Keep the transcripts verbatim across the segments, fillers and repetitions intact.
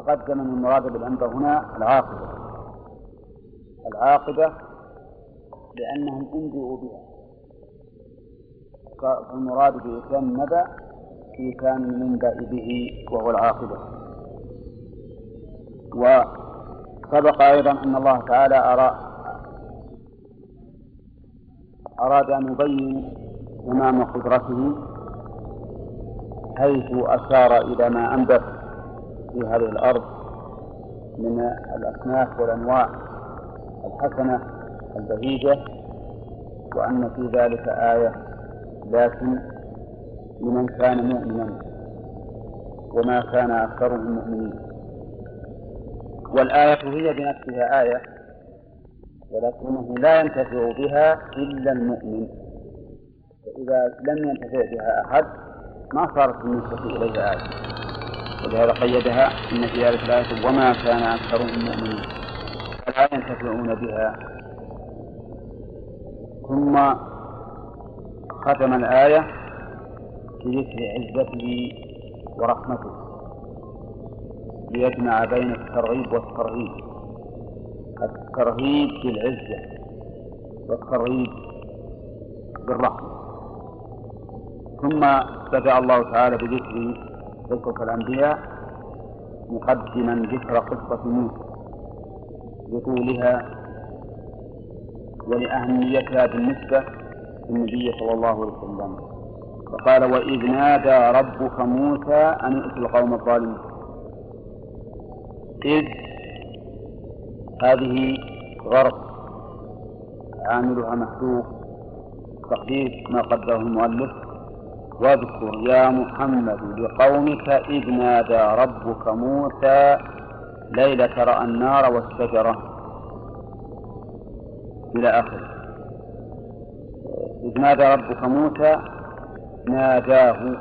تقدم من المراد بالأنبا هنا العاقبة العاقبة لأنهم أنبئوا بها، فالمراد بإتيان النبأ إتيان المنبأ به وهو العاقبة. وسبق أيضا أن الله تعالى أراد أن يبين تمام قدرته حيث أشار إلى ما أنبت في هذه الأرض من الأصناف والأنواع الحسنة البهيجة، وأن في ذلك آية لكن لمن كان مؤمنا وما كان أكثرهم مؤمنين. والآية هي بنفسها آية، ولكنه لا ينتفع بها إلا المؤمن، فإذا لم ينتفع بها أحد ما صارت بالنسبة إليها آية، ولهذا قيدها إن في هذه الآية وما كان أكثرهم مؤمنين، فلا ينتفعون بها. ثم ختم الآية بذكر عزته ورحمته ليجمع بين الترغيب والترهيب، الترهيب بالعزة والترغيب بالرحمة. ثم بدأ الله تعالى بذكر قصة الأنبياء مقدما ذكر قصة موسى لطولها ولأهميتها بالنسبة للنبي صلى الله عليه وسلم. وقال وإذ نادى ربك موسى أن ائت القوم الظالمين. إذ هذه ظرف عاملها محذوف تقدير ما قدره المؤلف، واذكر يا محمد لقومك إذ نادى ربك موسى ليلة رأى النار والشجرة إلى آخره. إذ نادى ربك موسى ناداه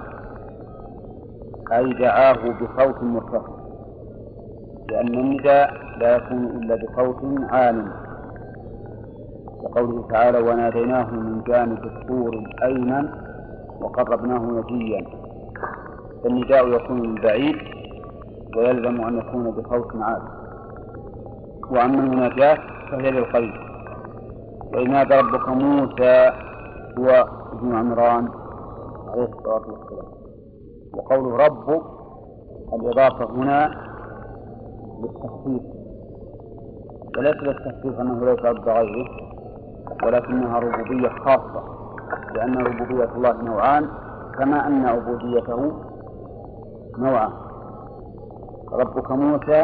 أي دعاه بصوت مرتفع، لأن النداء لا يكون إلا بصوت عال، وقوله تعالى وناديناه من جانب الطور الأيمن وقربناه نجيا، فالنداء يكون من بعيد ويلزم أن يكون بصوت عال. وأما المناجاة فهي للقريب. وإذ نادى ربك موسى هو ابن عمران عليه الصلاة والسلام. وقوله رب الإضافة هنا للتخفيف، وليس للتخفيف أنه ليس رب غيره، ولكنها ربوبية خاصة، لأن ربوبية الله نوعان كما أن عبوديته نوعان. ربك موسى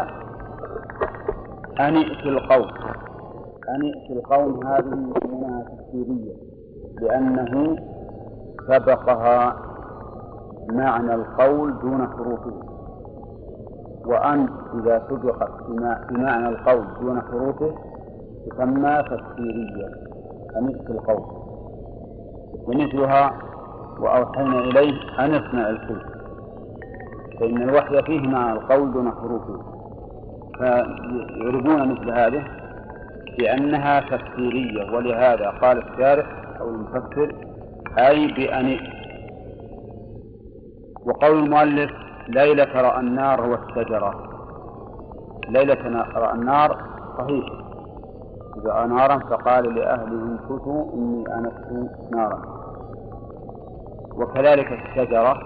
أن ائت القوم، أن ائت القوم هذه منها تفسيرية لأنه سبقها معنى القول دون حروفه، وأن إذا سبقت بمعنى القول دون حروفه تسمى تفسيرية أن ائت القوم. ومثلها وأوحينا إليه أن اصنع الفلك، فإن الوحي فيه معنى القول دون حروفه، فيعرفون مثل هذه بأنها تفسيرية. ولهذا قال الشارح أو المفسر أي بأن ائت. وقول المؤلف ليلة رأى النار هو الشجرة، ليلة رأى النار صحيح، إذا رأى نارا فقال لأهله امكثوا إني آنست نارا، وكذلك الشجرة،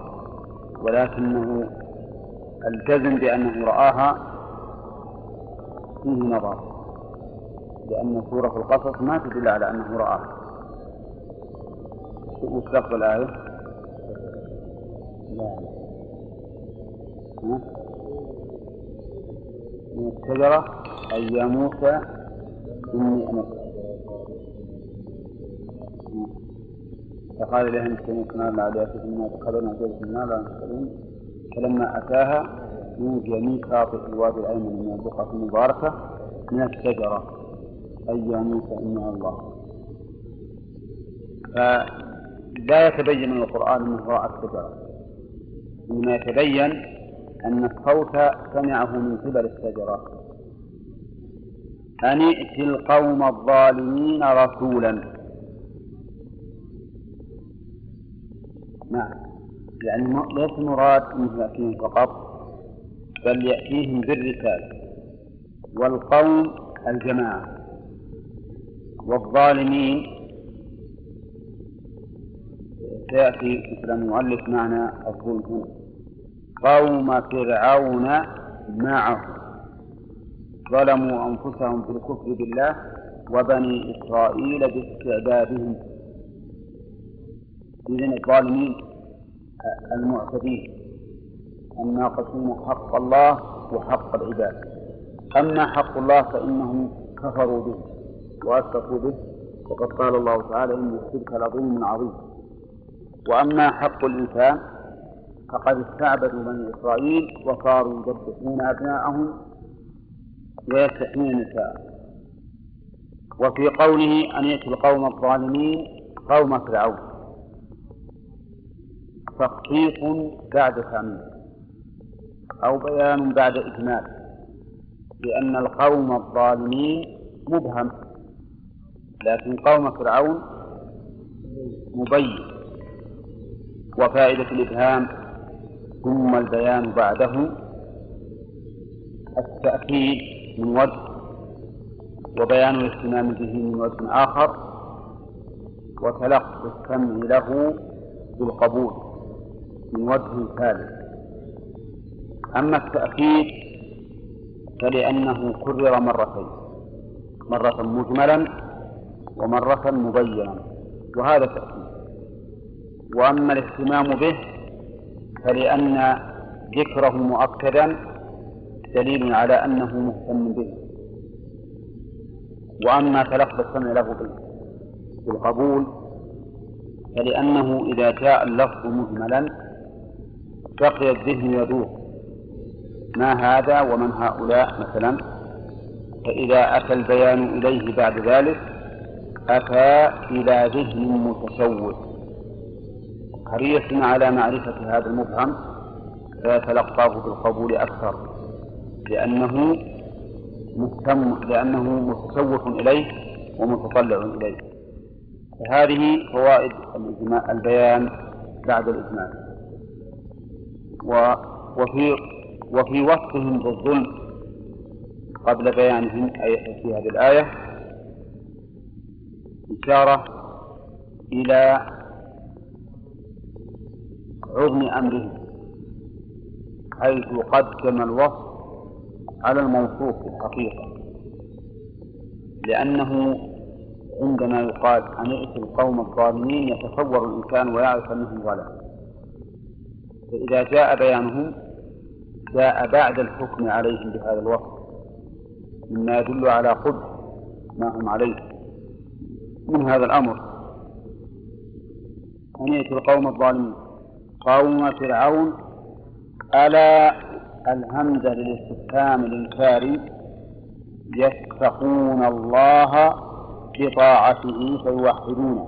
ولكنه الجزم بأنه رآها فيه نظر، لأن سورة القصص ما تدل على أنه رآها. وش الآية؟ لا لا من الشجرة أي يا موسى إني أنا فقال لهم كنت نار لعليك إنا تقبلنا جلس النار لا نسألون. فلما أتاها نودي من شاطئ الوادي الأيمن من البقعة المباركة من الشجرة أي يا موسى إني الله. فلا يتبين من القرآن من رأى الشجرة، إنما يتبين أن الصوت سمعه من قبل الشجرة. أن ائت القوم الظالمين رسولا. نعم، يعني ليس مراد من يأتيهم فقط، بل يأتيهم بالرسالة. والقوم الجماعة، والظالمين سيأتي مثل المؤلف معنى الظلم هنا قوم فرعون معه ظلموا أنفسهم بالكفر بالله وبني إسرائيل باستعبادهم. إذن الظالمين المعتدين الناقصين حق الله وحق العباد. أما حق الله فإنهم كفروا به وأشركوا به، وقد قال الله تعالى إن الشرك لظلم عظيم. وأما حق الإنسان فقد استعبدوا بني إسرائيل وصاروا يذبحون أبناءهم ويستحيون نساءهم. وفي قوله أن يأتي القوم الظالمين قوم فرعون تخصيص بعد تعميم أو بيان بعد إجمال، لأن القوم الظالمين مبهم، لكن قوم فرعون مبين. وفائدة الإبهام ثم البيان بعده التأكيد من وجه، وبيان الاهتمام به من وجه آخر، وتلقي السمع له بالقبول من وجه ثالث. أما التأكيد فلأنه كرر مرتين، مرة مجملا ومرة مبينا، وهذا تأكيد. وأما الاهتمام به فلأن ذكره مؤكدا دليل على أنه مهتم به. وأما تلقي السمع له بالقبول فلأنه إذا جاء اللفظ مجملا بقي الذهن يدور ما هذا ومن هؤلاء مثلا، فإذا أتى البيان إليه بعد ذلك أتى إلى ذهن متشوش حريص على معرفة هذا المبهم فيتلقاه بالقبول أكثر، لأنه مهتم لأنه متشوف إليه ومتطلع إليه. فهذه فوائد البيان بعد الإجمال. وفي وفي وصفهم بالظلم قبل بيانهم أي في هذه الآية إشارة إلى عظم أمرهم، حيث قدم الوصف على الموصوف في الحقيقة، لأنه عندما يقال أن يأتي القوم الظالمين يتصور الإنسان ويعرف أنهم ظلموا، فإذا جاء بيانهم جاء بعد الحكم عليهم بهذا الوصف مما يدل على قبح ما هم عليه من هذا الأمر. أن يأتي القوم الظالمين قوم فرعون ألا الهمزة للاستفهام الإنكاري يتقون الله بطاعته فيوحدونه.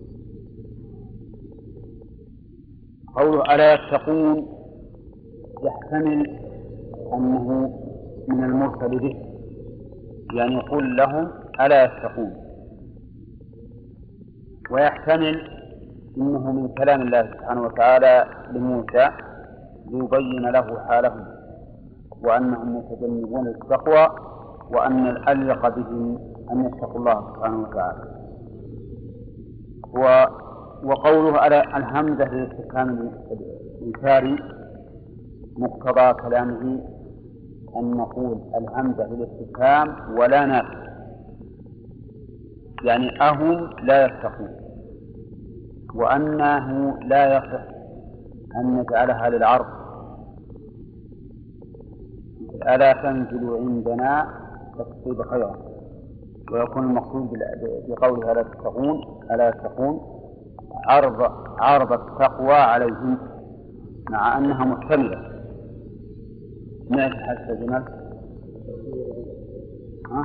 قوله ألا يتقون يحتمل أنه من المرسل به، يعني يقول لهم ألا يتقون، ويحتمل إنه من كلام الله سبحانه وتعالى لموسى ليبين له حالهم وأنهم متجنبون التقوى وأن الأليق بهم أن يتقوا الله سبحانه وتعالى. وقوله على الهمزة للاستفهام الإنكاري مقتضى كلامه أن نقول الهمزة للاستفهام ولا نافي، يعني أهم لا يتقون، وأنه لا يصح أن نجعلها للعرض ألا تنزل عندنا تقصد خيرا، ويكون المقصود بقولها لا تتقون ألا يتقون عرض عرض التقوى عليهم مع أنها محتملة. ما حتى جمال ها؟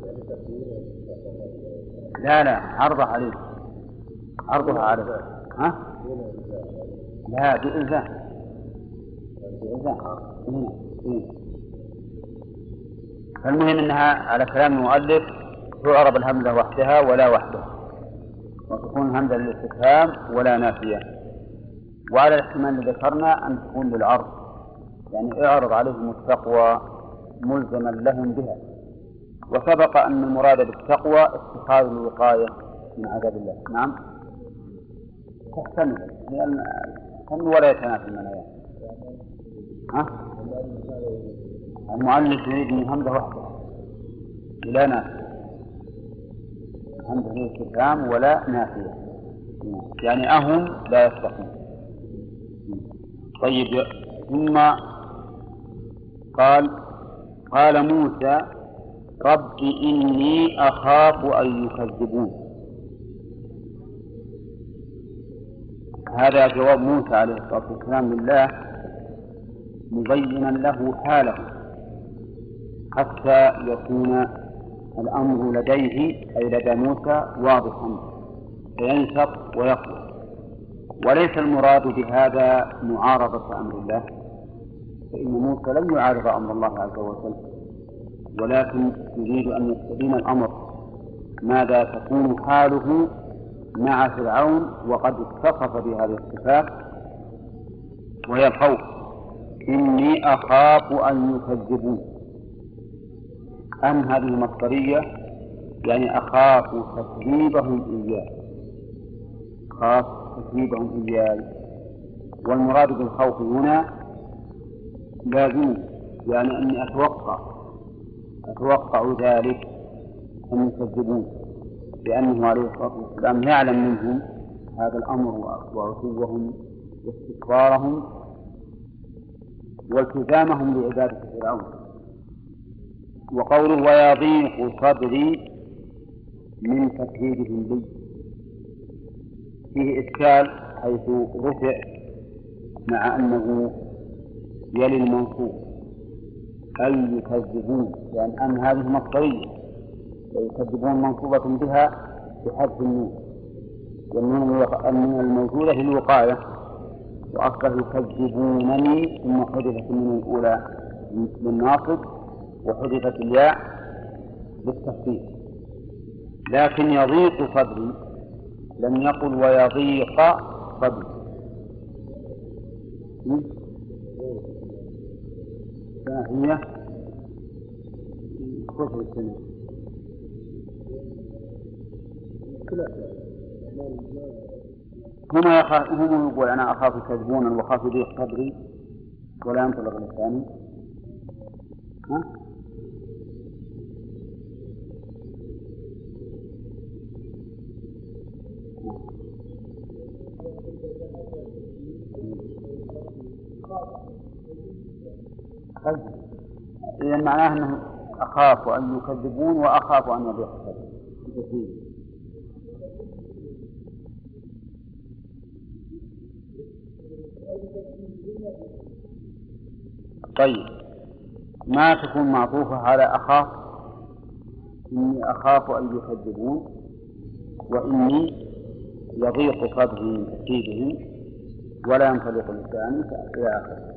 لا لا عرضها عليه عرضها عليه ها؟ لا بإلزام بإلزام. فالمهم أنها على كلام المؤلف تعرب الهمزة وحدها ولا وحدها، وتكون همزة للاستفهام ولا نافية، وعلى الاحتمال الذي ذكرنا أن تكون للعرض يعني اعرض عليهم التقوى ملزما لهم بها. وسبق أن المراد بالتقوى اتخاذ الوقاية من عذاب الله. نعم تحتمل ولا يتنافى المنايا. ها؟ المؤلف يريد من همزة وحده لا نافية، همزة هي استفهام ولا نافية، يعني أهم لا يستقيم. طيب ثم قال قال موسى رب إني أخاف أن يكذبون. هذا جواب موسى عليه الصلاة والسلام لله مبينا له حاله حتى يكون الأمر لديه أي لدى موسى واضحا فينشط ويقوى. وليس المراد بهذا معارضة أمر الله، فإن موسى لم يعارض أمر الله عز وجل، ولكن يريد أن يستبين الأمر ماذا تكون حاله مع فرعون وقد اتصف بهذه الصفات وهي الخوف. إني أخاف أن يكذبون. أن هذه مصدرية يعني أخاف تكذيبهم إياه، أخاف تكذيبهم إياه. والمراد بالخوف هنا لازم يعني أني أتوقع أتوقع ذلك أن يكذبون، لأنه عليه الصلاة والسلام يعلم منهم هذا الأمر وعتوهم واستكبارهم والتزامهم لعبادة فرعون. وقوله ويضيق صدري من تكذيبهم لي فيه إشكال حيث رفع مع أنه يلي المنصوب أي يكذبون، لأن يعني أن هذه مصدرية ويكذبون منصوبة بها بحذف النون، والنون الموجودة في الوقاية وأصله يكذبونني ثم حذفت النون الأولى للناصب وحذفت الياء للتخفيف. لكن يضيق صدري لم يقل ويضيق صدري. هي كفر السنة هما يخاف هم يقول أنا أخاف يكذبون وأخاف يضيق صدري ولا ينطلق لساني. ها؟ إذا معناه أنه أخاف أن يكذبون وأخاف أن يضيق صدري. طيب ما تكون معطوفة على أخاف؟ إني أخاف أن يكذبون وإني يضيق صدري من تكذيبه ولا ينطلق لساني إلى آخره.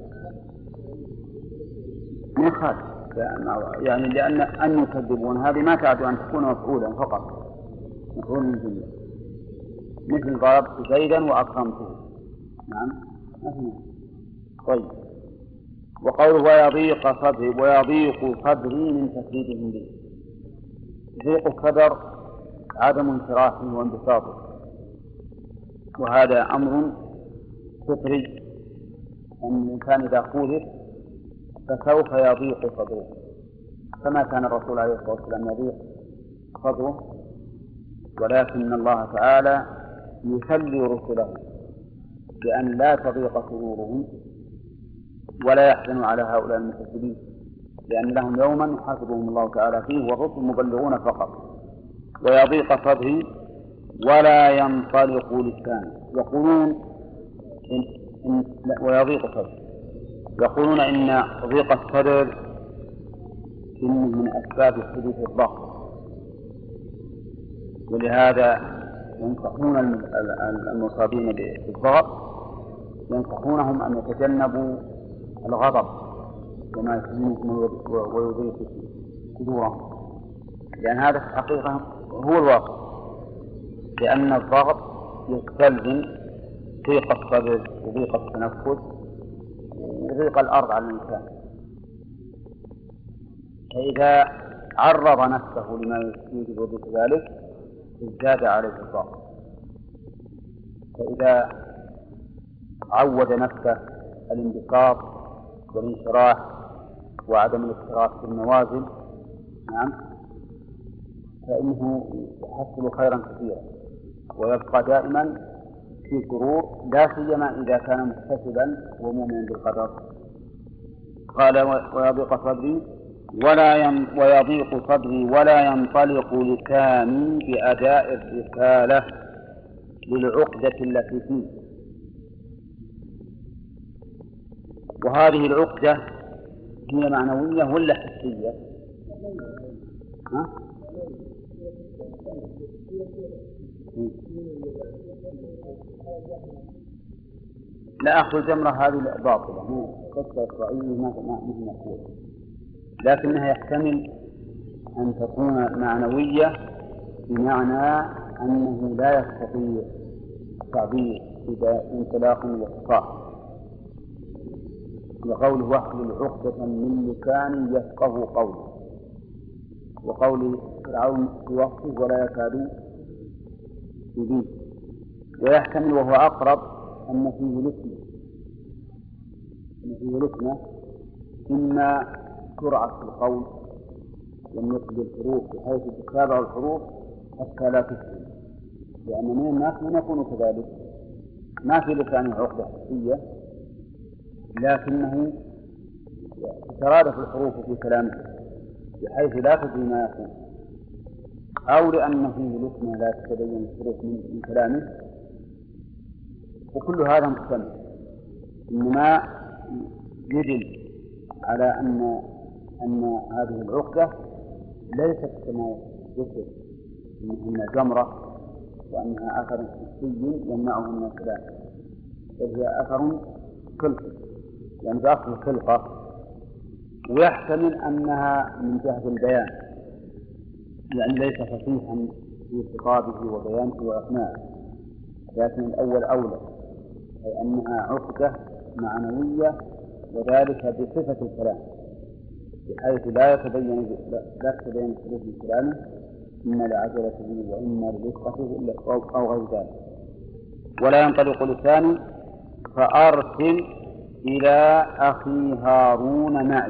من خالف يعني لأن أن يكذبون هذه ما تعد أن تكون مفعولا فقط، مفعول من جملة، مثل ضربت زيدا وأكرمته. نعم. طيب وقوله ويضيق صدري ويضيق صدري من تكذيبهم به. ضيق الصدر عدم انشراحه وانبساطه، وهذا أمر فطري أن الإنسان إذا خولف فسوف يضيق صدره، كما كان الرسول عليه الصلاة والسلام يضيق صدره، ولكن الله تعالى يخلي رسله بأن لا تضيق صدورهم ولا يحزن على هؤلاء المكذبين، لأن لهم يوما يحاسبهم الله تعالى فيه والرسل مبلغون فقط. ويضيق صدري ولا ينطلق لساني. يقولون إن إن ويضيق صدري يقولون إن ضيق الصدر إنه من أسباب حدوث الضغط، ولهذا ينصحون المصابين بالضغط ينصحونهم أن يتجنبوا الغضب وما يسمونه ويضيق صدورهم، لأن هذا حقيقة هو الواقع، لأن الضغط يستلزم ضيق الصدر وضيق التنفس تضيق الأرض على الإنسان، فإذا عرض نفسه لما يوجب ذلك ازداد عليه الضغط. فإذا عود نفسه الانبساط والانشراح وعدم الاضطراب في النوازل، نعم، فإنه يحصل خيرا كثيرا ويبقى دائما في سرور، لا سيما إذا كان محتسبا ومؤمنا بالقدر. قال ويضيق صدري ولا ين ويضيق صدري ولا ينطلق لساني بأداء الرسالة للعقدة التي فيه. وهذه العقدة هي معنوية ولا حسية؟ ها؟ لا أخذ الجمرة هذه باطلة، قصة إسرائيلية ما هي مقبولة، لكنها يحتمل أن تكون معنوية بمعنى أنه لا يستطيع التعبير إذا انطلاق واختصار، وقوله واحلل عقدة من لساني يفقه قوله، وقول فرعون في وقته ولا يكاد يبين. ويحتمل وهو أقرب أن فيه لسنة، أن فيه لسنة إما سرعة القول والنطق بالحروف بحيث تتابع الحروف حتى لا تفهم، لأن من الناس من يكون كذلك ما في لسانه عقدة حسية لكنه تترادف الحروف في كلامه بحيث لا تدري ما يكون، أو لأنه فيه لسنة لا تتبين الحروف من كلامه، وكل هذا محتمل. إنما يدل على أن أن هذه العقدة ليست كما يذكر أنها جمرة وأنها أثر حسي يمنعه من الكلام، بل هي أثر خلقي، يعني بأصل الخلقة. ويحتمل أنها من جهة البيان، يعني ليس فصيحا في خطابه وبيانه وإقناعه، لكن الأول أولى، أي أنها عقدة معنوية وذلك بصفة الكلام بحيث لا يتبين لا تتبين الحروف من كلامه إما لعجلته وإما لرقته إلا أو غير ذلك. ولا ينطلق لساني فأرسل إلى أخي هارون معي.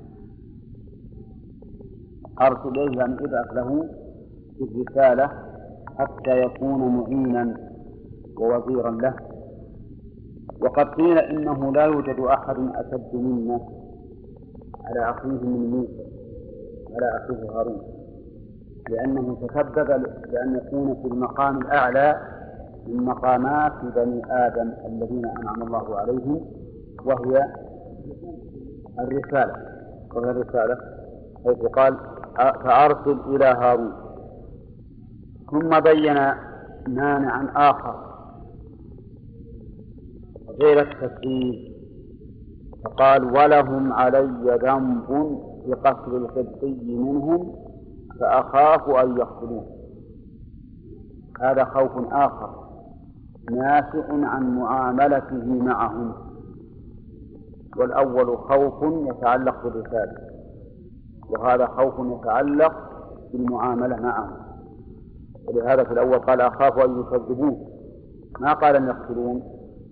أرسل إليه أن ابعث له الرسالة حتى يكون معينا ووزيرا له. وقد قيل إنه لا يوجد أحد أشد منا على أخيه من موسى على أخيه هارون، لأنه تسبب بأن يكون في المقام الأعلى من مقامات بني آدم الذين أنعم الله عليهم، وهي الرسالة. وهي الرسالة حيث قال فأرسل إلى هارون. ثم بين مانعا آخر غير التكذيب، فقال ولهم علي ذنب بقتل القبطي منهم فأخاف أن يقتلون. هذا خوف آخر ناشئ عن معاملته معهم، والأول خوف يتعلق بالرسالة، وهذا خوف يتعلق بالمعاملة معهم. ولهذا في الأول قال أخاف أن يكذبون، ما قال أن يقتلون،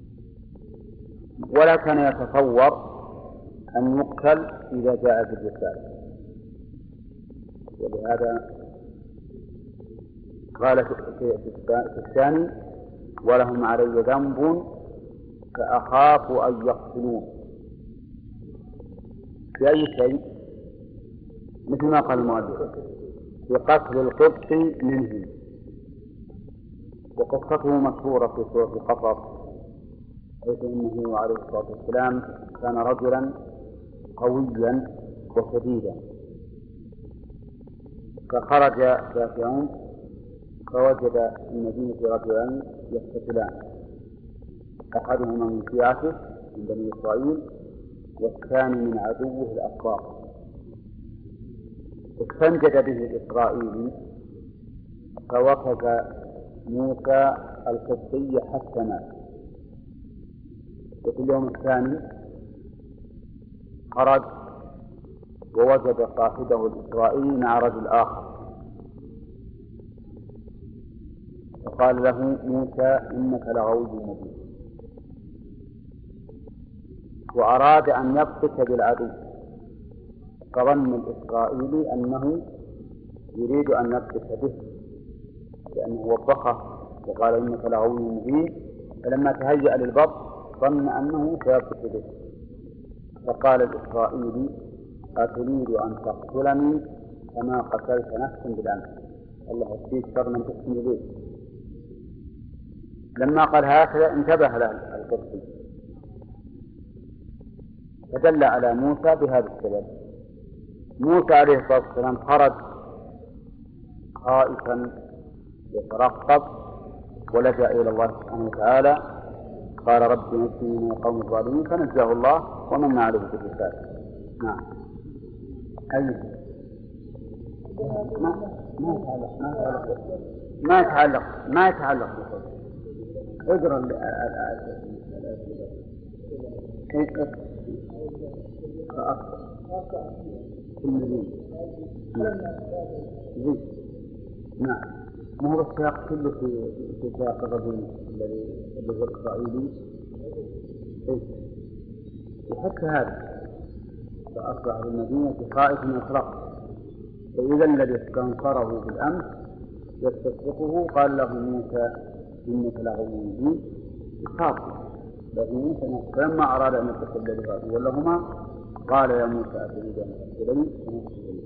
ولا كان يتصور أن يقتل إذا جاء بالرسالة. ولهذا قال في الثاني ولهم علي ذنب فأخاف أن يقتلون في أي شيء، مثل ما قال المؤلف في قتل القبط منهم. وقصته مشهورة في سورة القصص، حيث إنه عليه الصلاة والسلام كان رجلا قويا وشديدا، فخرج ذات يوم فوجد في المدينة رجلان يقتتلان، أحدهما من شيعته من بني إسرائيل والثاني من عدوه الأكبر. استنجد به الإسرائيلي فوقف موسى القبطي حتى مات. وفي اليوم الثاني خرج ووجد صاحبه الإسرائيلي مع رجل آخر، فقال له موسى إنك لغوي مبين، وأراد أن يبطش بالعدو، فظن الإسرائيلي أنه يريد أن يبطش به لأنه وبخه وقال إنك لغوي مبين، فلما تهيأ للبطش ظن أنه سيبطش به، فقال الإسرائيلي أتريد أن تقتلني كما قتلت نفسا بالأمس، الله يكفيك شر من تحسن إليه. لما قال هكذا انتبه له القبطي فدل على موسى بهذا السبب. موسى عليه الصلاة والسلام خرج خائفا يترقب ولجأ إلى الله سبحانه وتعالى، قال رب نجني من القوم الظالمين، فنجاه الله ومن عليه بالرسالة. نعم. أيضا ما ما يتعلق ما يتعلق ما يتعلق اقرأ الآية نعم. ما هو السياق كله في في سياق الرجل الذي هو الإسرائيلي، وحتى هذا فأصبح بالمدينة خائف يترقب، فإذا الذي استنصره بالأمس يستصدقه قال له موسى إنك لغوي مبين، خاف لكن موسى فلما أراد أن يتصل به عدوا لهما قال يا موسى أتريد أن تقتلني فنفسه.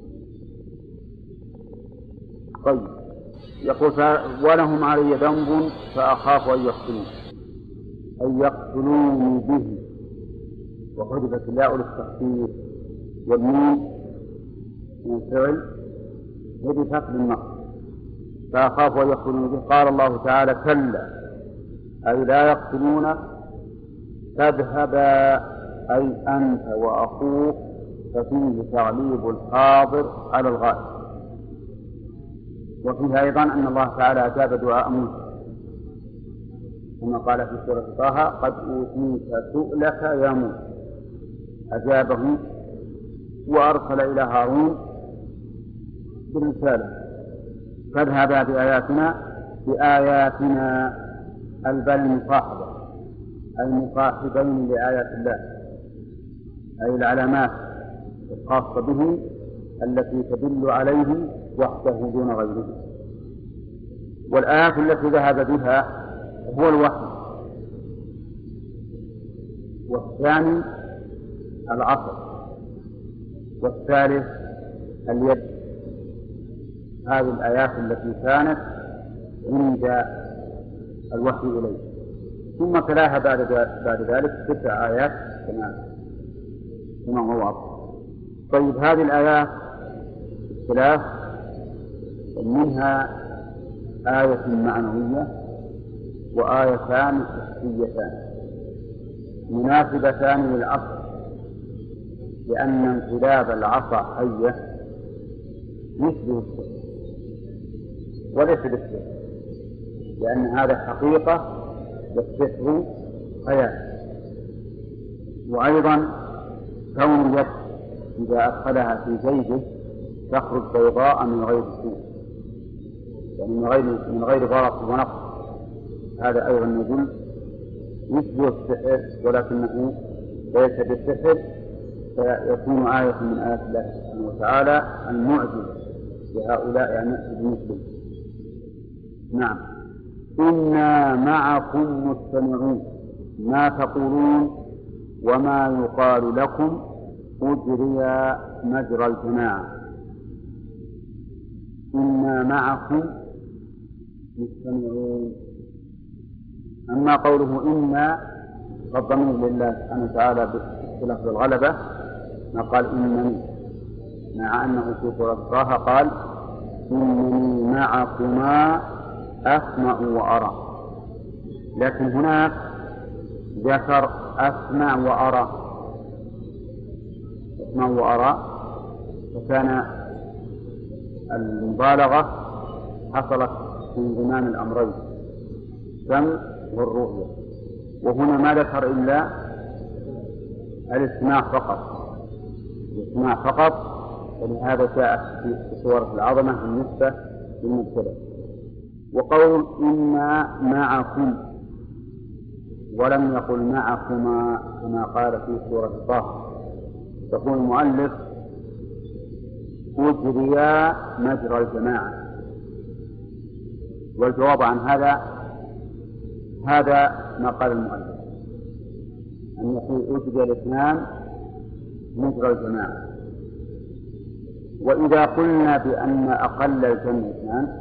طيب يقول ولهم علي ذنب فأخاف أن يقتلون أن يقتلوني به، وحذفت الياء للتخفيف والميم من الفعل حذفت للنقص، فأخاف أن يقتلوني به. قال الله تعالى كلا أي لا يقتلونك، تذهبا أي أنت وأخوك، ففيه تعليب الحاضر على الغائب. وفيه أيضا أن الله تعالى أجاب دعاء موسى كما قال في سورة طه قد أوتيت سؤلك يا موسى، أجابه وأرسل إلى هارون بالرسالة فاذهبا بآياتنا بآياتنا البل المصاحبة أي مصاحبين لآيات الله، أي العلامات الخاصة به التي تدل عليه وحده دون غيره. والآيات التي ذهب بها هو الوحي، والثاني العصر، والثالث اليد. هذه الآيات التي كانت عند الوحي إليه، ثم تلاها بعد بعد ذلك تسع آيات كما كما هو واضح. طيب هذه الآيات الثلاث منها آية معنوية وآيتان حسيتان مناسبتان للعصر، لأن انقلاب العصا حية يشبه السحر وليس بالسحر، لأن هذا حقيقة والسحر خيال. وأيضا كون اليد إذا أدخلها في جيبه تخرج بيضاء من غير سوء، يعني من غير من غير برق ونقص، هذا أيضا يدل يشبه السحر ولكنه ليس بالسحر، فيكون آية من آيات الله سبحانه وتعالى المعجزة لهؤلاء يعني بمثله. نعم. إنا معكم مستمعون ما تقولون وما يقال لكم أجري مجرى الجماعة. إنا معكم مستمعون. أما قوله إنا فالضمير لله سبحانه وتعالى بلفظ الغلبة، ما قال إنني، مع أنه في سورة طه قال إنني معكما أسمع وأرى، لكن هناك ذكر أسمع وأرى أسمع وأرى، فكان المبالغة حصلت في انضمام الأمرين السمع والرؤية، وهنا ما ذكر إلا الاستماع فقط الاجتماع فقط، ولهذا جاء في صورة العظمة بالنسبة للمبتدأ. وقول إنا معكم ولم يقل معكما كما قال في سورة طه. يقول المؤلف أجريا مجرى الجماعة، والجواب عن هذا هذا ما قال المؤلف، أن يقول أجري الاثنان مجرى الجماعة. وإذا قلنا بأن أقل الجمع اثنان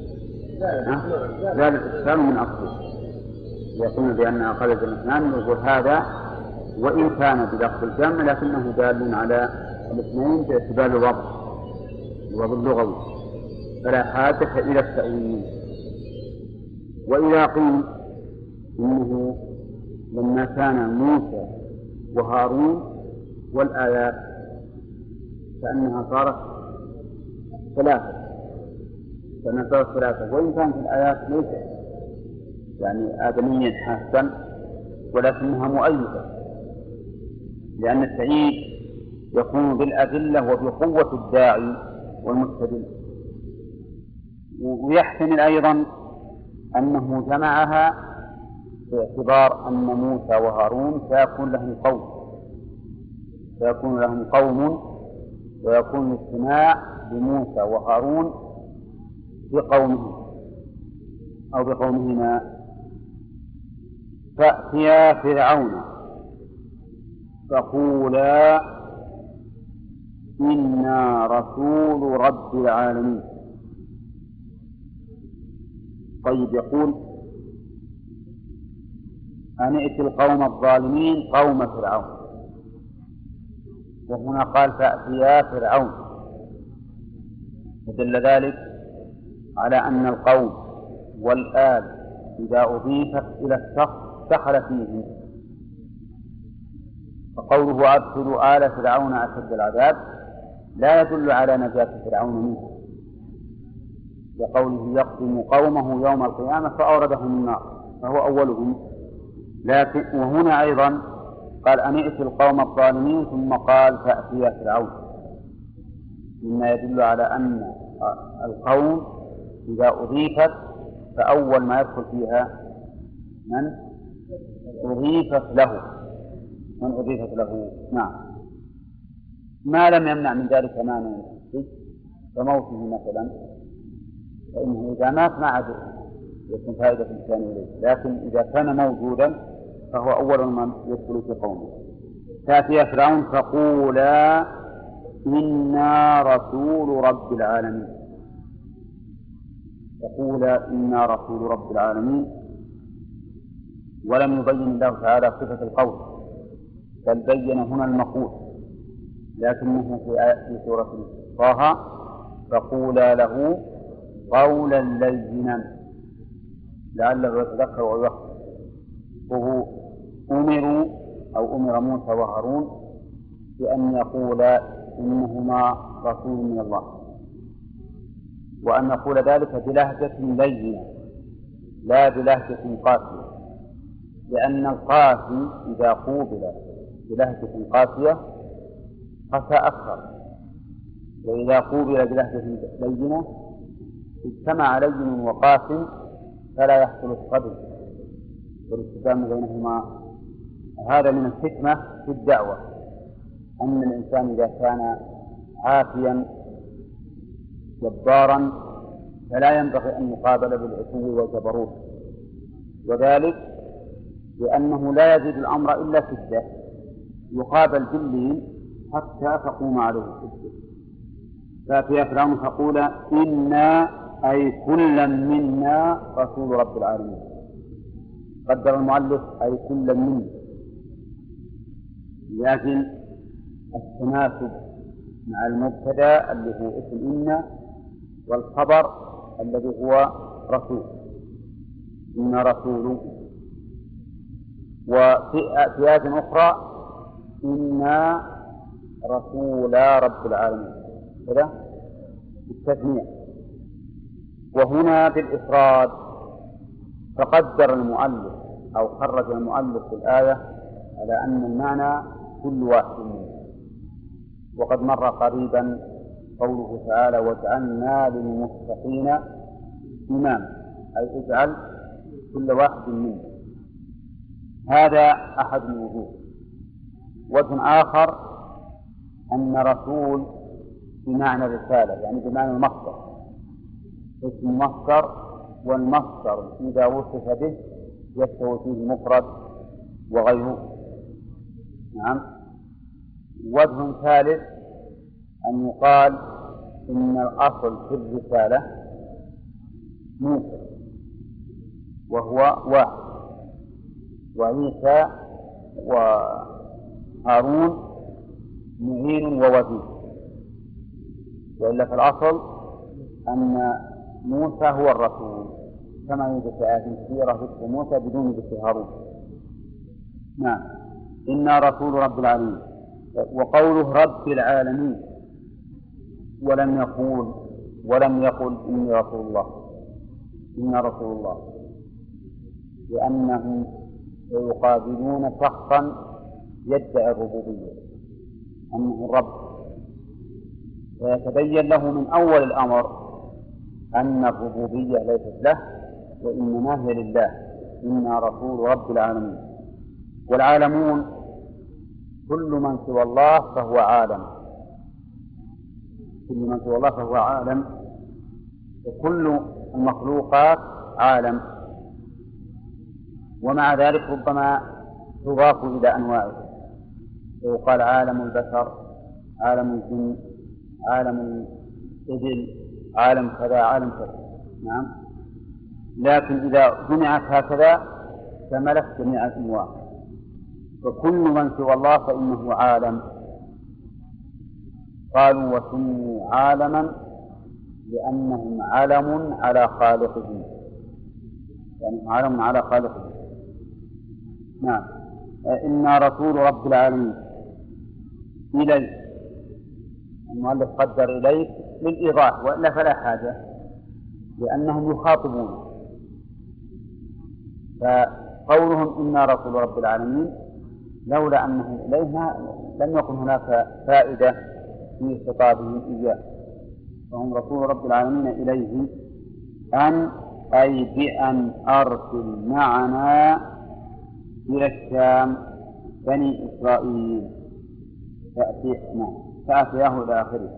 ذلك إشكال من أصله. يقول بأن أقل الجمع اثنان يقول هذا وإن كان بلفظ الجمع لكنه دال على الاثنين باعتبار الوضع الوضع اللغوي، فلا حاجة إلى التأويل. وإذا قيل إنه لما كان موسى وهارون والآيات فإنها صارت ثلاثة، فإنها صارت ثلاثة، وإن كانت الآيات ليست يعني آدميا حاسا ولكنها مؤيدة، لأن التأييد يكون بالأدلة وبقوة الداعي والمستدل. ويحتمل أيضا أنه جمعها باعتبار أن موسى وهارون سيكون لهم قوم سيكون لهم قوم ويكون الاجتماع بموسى وهارون بقومه أو بقومهما. فأتيا فرعون فقولا إنا رسول رب العالمين. طيب، يقول أن ائت القوم الظالمين قوم فرعون، وهنا قال فأتيا فرعون، فدل ذلك على أن القوم والآل إذا أضيفت إلى الشخص دخل فيه. فقوله أدخلوا آل فرعون أشد العذاب لا يدل على نجاة فرعون منه، وقوله يقدم قومه يوم القيامة فأوردهم النار فهو أولهم. لكن وهنا أيضا قال أن ائت القوم الظالمين ثم قال فأتيا فرعون، مما يدل على أن القوم إذا أضيفت فأول ما يدخل فيها من أضيفت له من أضيفت له نعم، ما لم يمنع من ذلك مانع كموته مثلا، فإنه إذا مات ما عاد يكون فائدة الإنسان إليه، لكن إذا كان موجودا فهو أول من يدخل في قومه. فأتيا فرعون فقولا إنا رسول رب العالمين. فقولا إنا رسول رب العالمين، ولم يبين الله تعالى صفة القول، بل بين هنا المقول، لكنه في سورة طه فقولا له قولا لينا لعله يتذكر ويخطئ. وهو أمروا أو أمر موسى وهارون بأن يقولا إنهما رسول من الله، وأن يقول ذلك بلهجة لينة لا بلهجة قاسية، لأن القاسي إذا قوبل بلهجة قاسية قسى أكثر، وإذا قوبل بلهجة لينة اجتمع لين وقاس فلا يحصل الصدر والاستقامة بينهما. هذا من الحكمة في الدعوة، أن الإنسان إذا كان عافيا جبارا فلا ينبغي أن يقابل بالعتو والجبروت، وذلك لأنه لا يزيد الأمر إلا شدة، يقابل باللين حتى تقوم عليه الحجة. فأتيا فرعون فقول إنا أي كلا منا رسول رب العالمين. قدر المؤلف أي كلا منا، لكن التناسب مع المبتدا الذي هو اسم إنا والخبر الذي هو رسول، إنا رسول. وفي آيات أخرى إنا رسول رب العالمين كذا بالتثنية، وهنا بالإفراد. فقدر المؤلف أو خرج المؤلف في الآية على أن المعنى كل واحد منه، وقد مر قريبا قوله تعالى وجعلنا للمتقين إماما، أي اجعل كل واحد منهم. هذا أحد الوجوه. وجه آخر أن رسول بمعنى الرسالة، يعني بمعنى المصدر، اسم مصدر، والمصدر إذا وصف به يستوي فيه المفرد وغيره. نعم. وجه ثالث أن يقال إن الأصل في الرسالة موسى وهو واحد، وعيسى وهارون معين ووزير، وإلا في الأصل أن موسى هو الرسول، كما يوجد في آيات كثيرة ذكر موسى بدون ذكر هارون. نعم. إنا رسول رب العالمين. وقوله رب العالمين ولم يقول ولم يقل إني رسول الله، إنا رسول الله، لأنهم يقابلون شخصا يدعي الربوبية أنه الرب، فيتبين له من أول الأمر أن الربوبية ليست له وإنما هي لله. إنا رسول رب العالمين. والعالمون كل من سوى الله فهو عالم، كل من سوى الله فهو عالم، وكل المخلوقات عالم. ومع ذلك ربما تضاف إلى أنواعه، ويقال عالم البشر، عالم الجن، عالم الإبل، عالم كذا، عالم كذا. نعم. لكن إذا جمعت هكذا شملت جميع الأنواع، وكل من سوى الله فإنه عالم. قالوا وسموا عالما لأنهم علم على خالقهم، يعني علم على خالقهم. نعم. إنا رسول رب العالمين. إليك، المؤلف قدر إليك للإيضاح، وإلا فلا حاجة، لأنهم يخاطبون. فقولهم إنا رسول رب العالمين لولا أنهم إليها لم يكن هناك فائدة في خطابهم إياه، فهم رسول رب العالمين إليه. أن أي بأن أرسل معنا إلى الشام بني إسرائيل، فأتياه إلى آخره.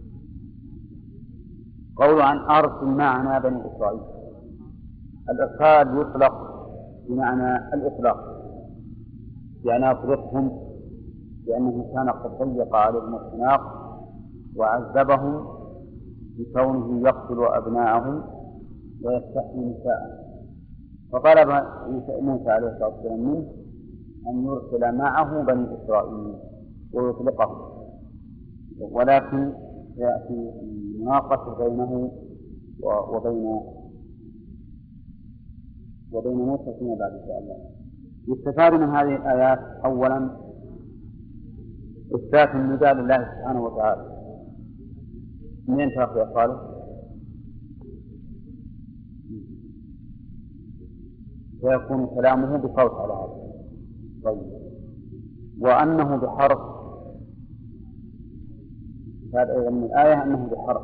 قول عن أرسل معنا بني إسرائيل، الإرسال يطلق بمعنى الإطلاق، يعني أطلقهم لأنه كان قد ضيق عليهم الخناق وعذبهم بكونه يقتل أبناءهم ويستحيي نساءهم، فطلب موسى عليه الصلاة والسلام منه أن يرسل معه بني إسرائيل ويطلقهم، ولكن يأتي مناقشة بينه وبين وبين موسى فيما بعد إن شاء الله. يستفاد من هذه الآيات أولا إثبات النداء لله سبحانه وتعالى. منين تأخذ يا صالح؟ ويكون كلامه بصوت على هذا. طيب. وأنه بحرف، هذا أيضا من الآية أنه بحرف،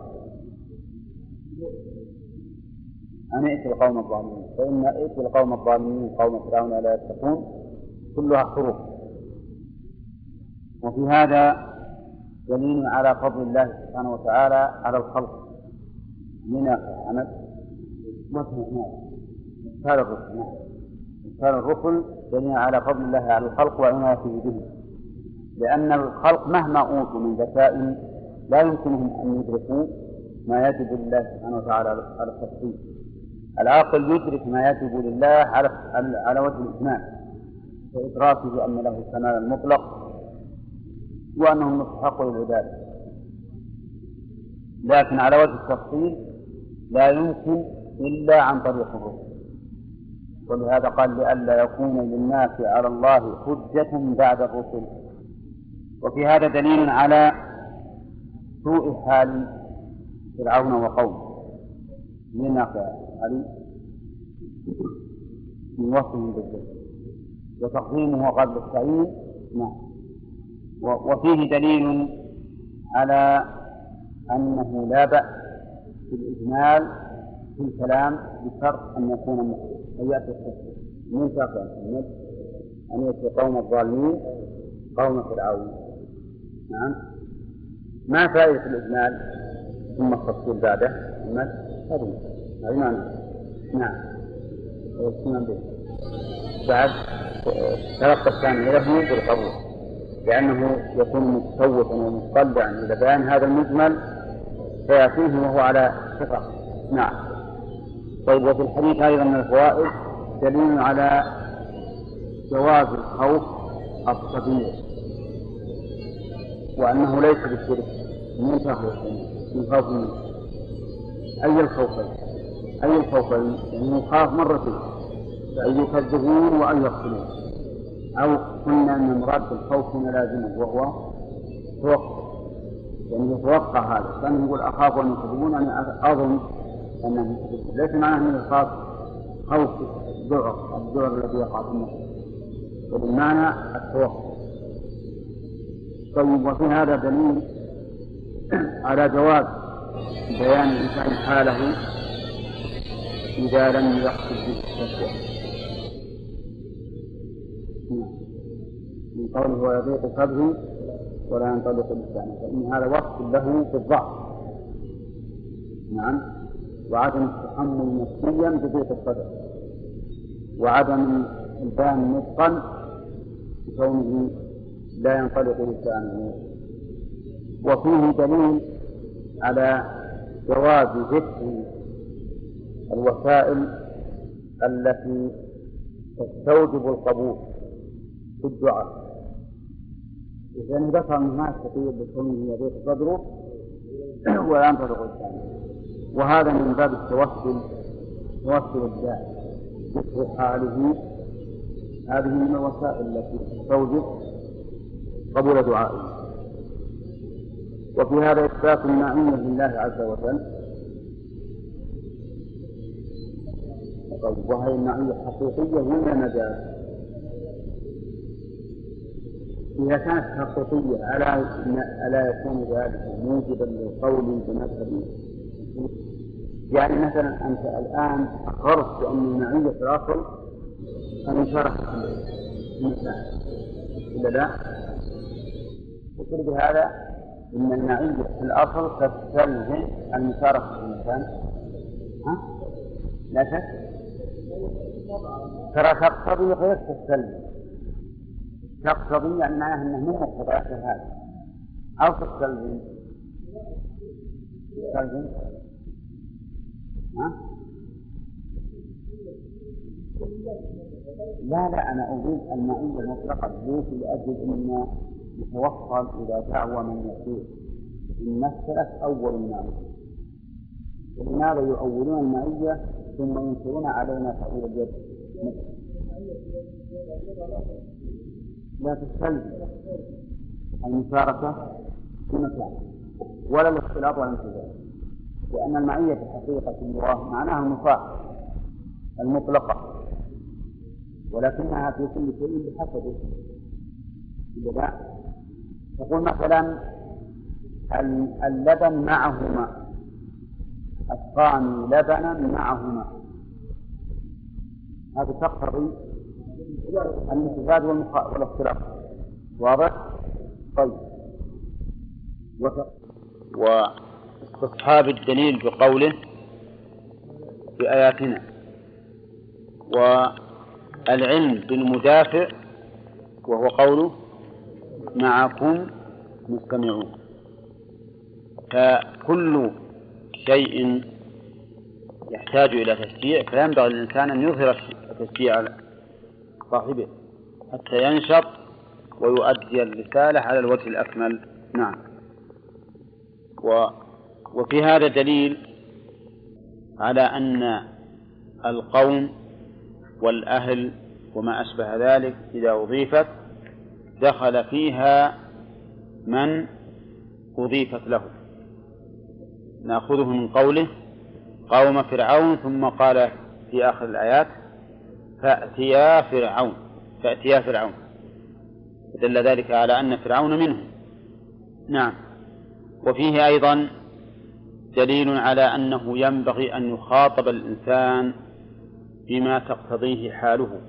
أن ائت القوم الظالمين، فإن ائت القوم الظالمين قوم فرعون لا يتقون كلها حروف. وفي هذا دليل على فضل الله سبحانه وتعالى على الخلق من أحمد مثل مثال الرسل مثال الرسل دليل على فضل الله على الخلق وعنايته به، لأن الخلق مهما أوتوا من ذكاء لا يمكنهم أن يدركوا ما يجب لله سبحانه وتعالى على التفصيل. العاقل يدرك ما يجب لله على على وجه الإجمال، وإدراكه أن له الكمال المطلق وأنه مستحق للعبادة، لكن على وجه التفصيل لا يمكن إلا عن طريق الرسل. ولهذا قال لئلا يكون للناس على الله حجة بعد الرسل. وفي هذا دليل على سوء حال فرعون وقومه لنقع علي من وصفهم بالذات وتقديمه قبل التعيين. نعم. وفيه دليل على أنه لا بأس بالإجمال في الكلام بشرط أن يكون مختص أن يأتي التفصيل من شرط أن يأتي قوم الظالمين قوم فرعون. نعم. ما فائدة الإجمال ثم التفصيل بعده؟ هذه هذه معنى. نعم. ويسمى به بعد تلقى الثاني له بالقبول لأنه يكون متسوقا ومتطلعا إلى بيان هذا المجمل فيأتيه وهو على ثقة. نعم. طيب. وفي الحديث أيضا من الفوائد دليل على جواز الخوف الطبيعي وأنه ليس بالشرك من خوف من خوف أي الخوفين أي الخوفين يعني يخاف مرتين فأن يكذبون وأن يقتلون أو قلنا أن مراد الخوف هنا لازمه وهو توقع يعني يتوقع هذا كان يقول أخاف أن يكذبون أنا أظن أنه يكذبون ليس معناه أنه يخاف خوف الذعر الذعر الذي يقع في النفس وبالمعنى التوقع. طيب. وفي هذا دليل على جواز بيان الإنسان حاله إذا لم يقصد بالتشويه من قوله ويضيق صدره ولا ينطلق لسانه فإن هذا وصف له بالضعف. نعم. وعدم التحمل نفسيا بضيق الصدر وعدم البيان نطقا بكونه لا ينطلق لسانه. وفيه دليل على جواز ذكر الوسائل التي تستوجب القبول في الدعاء إذا ذكر ما يستطيع بكونه يضيق صدره ولا ينطلق لسانه وهذا من باب التوسل توسل الداعي ذكر حاله. هذه من الوسائل التي تستوجب قبول دعائه. وفي هذا إثبات المعية لله عز وجل وهي المعية حقيقية ولا مجاز؟ إذا كانت حقيقية ألا يكون ذلك موجبا للقول بمذهب؟ يعني مثلا أنت الآن أقررت بأن المعية في الأصل أن يشارك الإنسان إلا لا؟ وقل بهذا إن المعية في الأصل تستلزم المشاركة في الإنسان. ها؟ لا شك. ترى تقتضي غير تستلزم. تقتضي يعني معناه أنه من مقتضيات هذا أو تستلزم. تستلزم. ها؟ لا لا أنا أريد المعية المطلقة ليس لأجل أن يتوصل إلى دعوة من يسير إن مثلت أول المعية. ولماذا يؤولون المعية ثم ينكرون علينا تأويل اليد؟ لا تستلزم المشاركة في مكان ولا الاختلاط ولا الانتظار لأن المعية في حقيقة الله معناها المفاعل المطلقة ولكنها في كل شيء بحسبه. لا تقول مثلا اللبن معه ماء أسقاني لبنا معه ماء هذا تقتضي الامتزاج والاختلاط. واضح؟ طيب. واستصحاب الدليل بقوله في آياتنا والعلم بالمدافع وهو قوله معكم مستمعون. فكل شيء يحتاج إلى تشجيع فينبغي للإنسان أن يظهر التشجيع على صاحبه حتى ينشط ويؤدي الرسالة على الوجه الأكمل. نعم. و وفي هذا دليل على أن القوم والأهل وما أشبه ذلك إذا أضيفت دخل فيها من أضيفت له. نأخذه من قوله قوم فرعون ثم قال في آخر الآيات فأتيا فرعون فأتيا فرعون دل ذلك على أن فرعون منهم. نعم. وفيه أيضا دليل على أنه ينبغي أن يخاطب الإنسان بما تقتضيه حاله،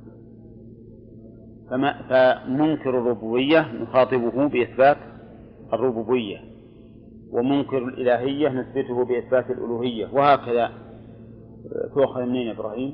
فمنكر الربوبية نخاطبه بإثبات الربوبية، ومنكر الإلهية نثبته بإثبات الألوهية، وهكذا. تؤخذ منين إبراهيم؟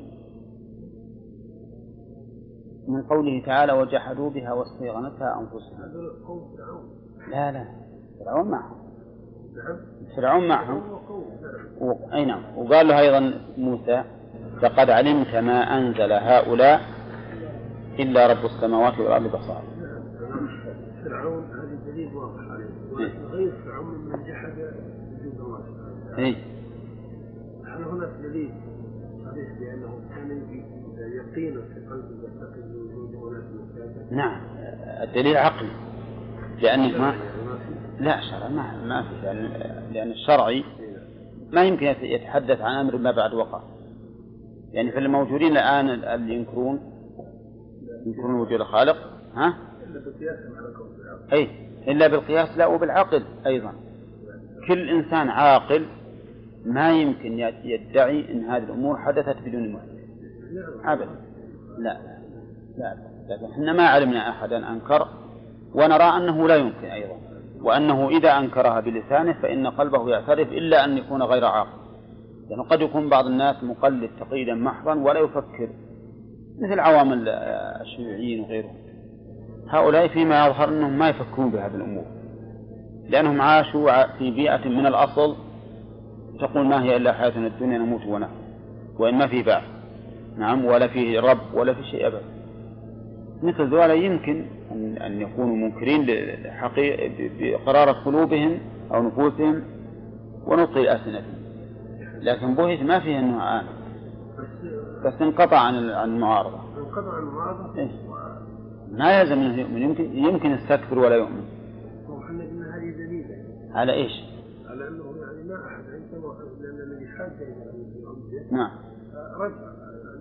من قوله تعالى وجحدوا بها واستيقنتها أنفسهم. لا لا فرعون معهم، فرعون معهم. أي نعم. وقال له أيضا موسى لقد علمت ما أنزل هؤلاء إلا رب السماوات والأرض بصائر. فرعون هذا دليل واضح عليه، غير فرعون من جحد وجود الله سبحانه. إيه. هل هناك دليل صريح بأنه كان يقينا في قلبه يعتقد بوجود هناك مساجد؟ نعم، الدليل عقلي، لأن ما لا شرع ما ما في، لأن لأن الشرعي ما يمكن يتحدث عن أمر ما بعد وقع. يعني في الموجودين الآن اللي ينكرون ينكرون وجود الخالق، ها؟ إلا بالقياس على كون العقل. أي إلا بالقياس، لا وبالعقل أيضا. كل إنسان عاقل ما يمكن يدعي أن هذه الأمور حدثت بدون محدث أبدا. لا لا، لكن احنا ما علمنا أحدا أنكر، ونرى أنه لا يمكن أيضا، وأنه إذا أنكرها بلسانه فإن قلبه يعترف، إلا أن يكون غير عاقل. لأنه قد يكون بعض الناس مقلد تقليدا محضا ولا يفكر، مثل عوام الشيوعيين وغيرهم. هؤلاء فيما يظهر أنهم ما يفكرون بهذه الأمور، لأنهم عاشوا في بيئة من الأصل تقول ما هي إلا حياتنا الدنيا نموت ونحن، وإن ما في بعث، نعم، ولا فيه رب ولا في شيء أبدا. مثل ذولا يمكن أن يكونوا منكرين بقرار قلوبهم أو نفوسهم ونطق ألسنتهم، لكن بوهيت ما فيه أنه آمن، بس انقطع عن المعارضة. انقطع عن المعارضة. إيه؟ ما يلزم أنه يؤمن، يمكن يمكن يستكبر ولا يؤمن. وحنا قلنا هذه دليلة على إيش؟ على أنه يعني ما أحد عنده، لأن الذي حاجة إلى نعم رجع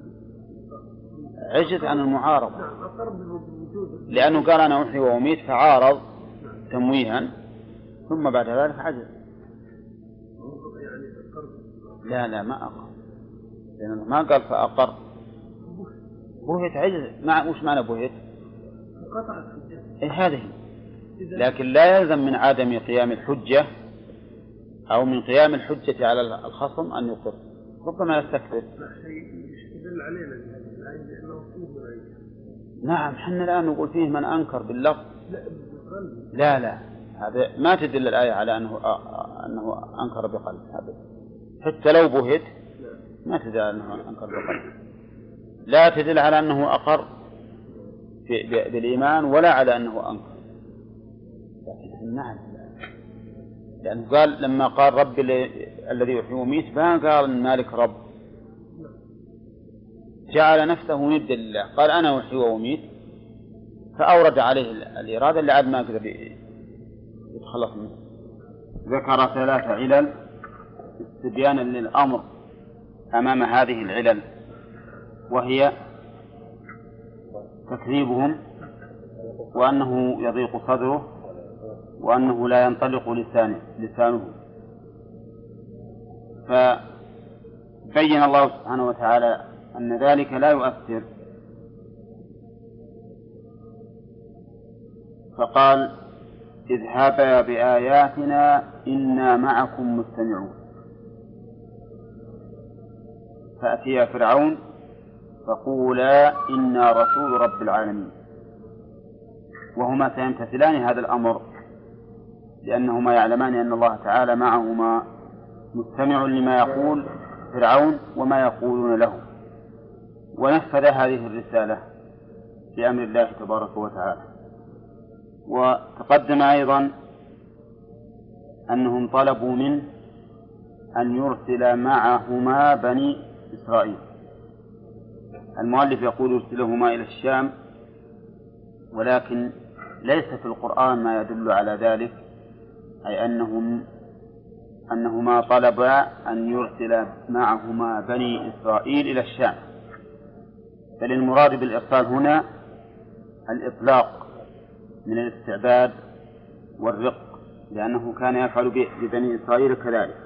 عجز عن المعارضة. نعم، أقرب بالوجود، لأنه قال أنا أحيي وأميت فعارض تمويها، ثم بعد ذلك عجز. يعني أقرب. لا لا ما أقر، لأنه ما قال فأقر. بوهت عجز. مع وش معنى بوهت؟ انقطعت حجته. إيه هذه. لكن لا يلزم من عدم قيام الحجة أو من قيام الحجة على الخصم أن يقر، ربما يستكبر. يدل علينا لأنه فيه من أنكر. نعم، حنا الآن نقول فيه من أنكر باللفظ. لا لا لا، هذا ما تدل الآية على أنه أنه أنكر بقلب، هذا حتى لو بهت ما تدل على أنه أنكر بقلب، لا تدل على أنه أقر بالإيمان ولا على أنه أنكر. لكن نعم، لأنه قال لما قال رب الذي يحيي ويميت ما قال مالك رب، جعل نفسه ندا لله، قال أنا أحيي وأميت، فأورد عليه الإرادة اللي عاد ما قدر يتخلص منه. ذكر ثلاث علل استبيانا للأمر أمام هذه العلل، وهي تكذيبهم، وأنه يضيق صدره، وأنه لا ينطلق لسانه لسانه فبين الله سبحانه وتعالى أن ذلك لا يؤثر، فقال اذهبا بآياتنا إنا معكم مستمعون. فأتيا فرعون فقولا إنا رسول رب العالمين، وهما سيمتثلان هذا الأمر لأنهما يعلمان أن الله تعالى معهما مستمع لما يقول فرعون وما يقولون له، ونفذ هذه الرسالة بأمر الله تبارك وتعالى. وتقدم أيضا أنهم طلبوا منه أن يرسل معهما بني إسرائيل. المؤلف يقول يرسلهما إلى الشام، ولكن ليس في القرآن ما يدل على ذلك، أي أنهم أنهما طلبا أن يرسل معهما بني إسرائيل إلى الشام، بل المراد بالإرسال هنا الإطلاق من الاستعباد والرق لأنه كان يفعل ببني إسرائيل كذلك.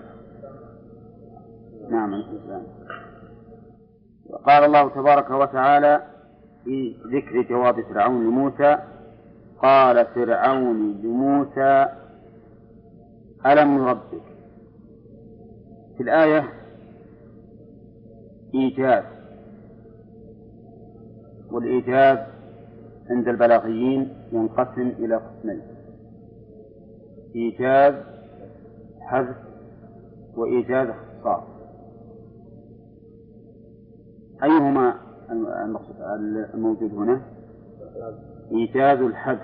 نعم الإسلام. قال الله تبارك وتعالى في ذكر جواب فرعون لموسى: قال فرعون لموسى ألم نربك. في الآية إيجاز، والإيجاز عند البلاغيين ينقسم إلى قسمين: إيجاز حذف وإيجاز اختصاص. أيهما الموجود هنا؟ إيجاز الحذف،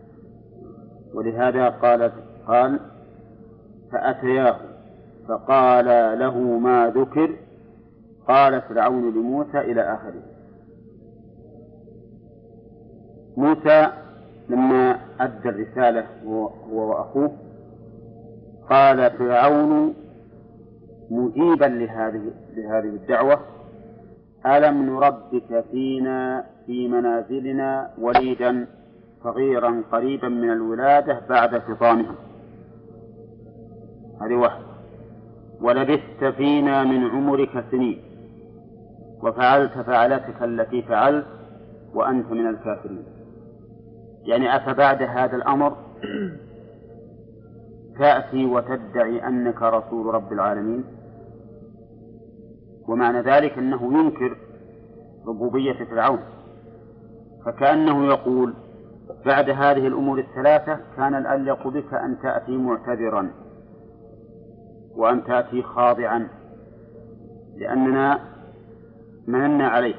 ولهذا قال قال فأتياه فقال له ما ذكر قال فرعون لموسى إلى آخره. موسى لما أدى الرسالة هو وأخوه قال فرعون مجيبا لهذه لهذه الدعوة: ألم نربك فينا في منازلنا وليدا صغيرا قريبا من الولادة بعد فطامها. هذه واحدة. ولبثت فينا من عمرك سنين وفعلت فعلتك التي فعلت وأنت من الكافرين. يعني أفبعد هذا الأمر تأتي وتدعي أنك رسول رب العالمين؟ ومعنى ذلك أنه ينكر ربوبية فرعون، فكأنه يقول بعد هذه الأمور الثلاثة كان الأليق بك أن تأتي معتذرا وأن تأتي خاضعا، لأننا مننا عليك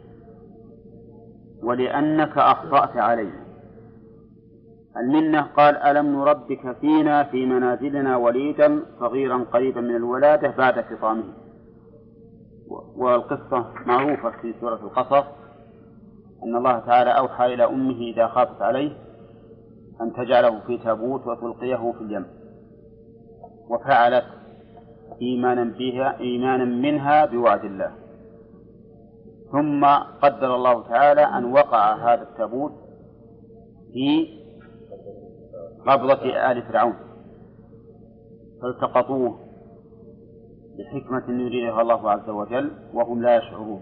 ولأنك أخطأت علينا. المنة قال ألم نربك فينا في منازلنا وليدا صغيرا قريبا من الولادة بعد فطامه. والقصة معروفة في سورة القصص أن الله تعالى أوحى إلى أمه إذا خافت عليه أن تجعله في تابوت وتلقيه في اليم، وفعلت إيمانا بها إيمانا منها بوعد الله. ثم قدر الله تعالى أن وقع هذا التابوت في قبضة آل فرعون فالتقطوه بحكمة يريدها الله عز وجل وهم لا يشعرون.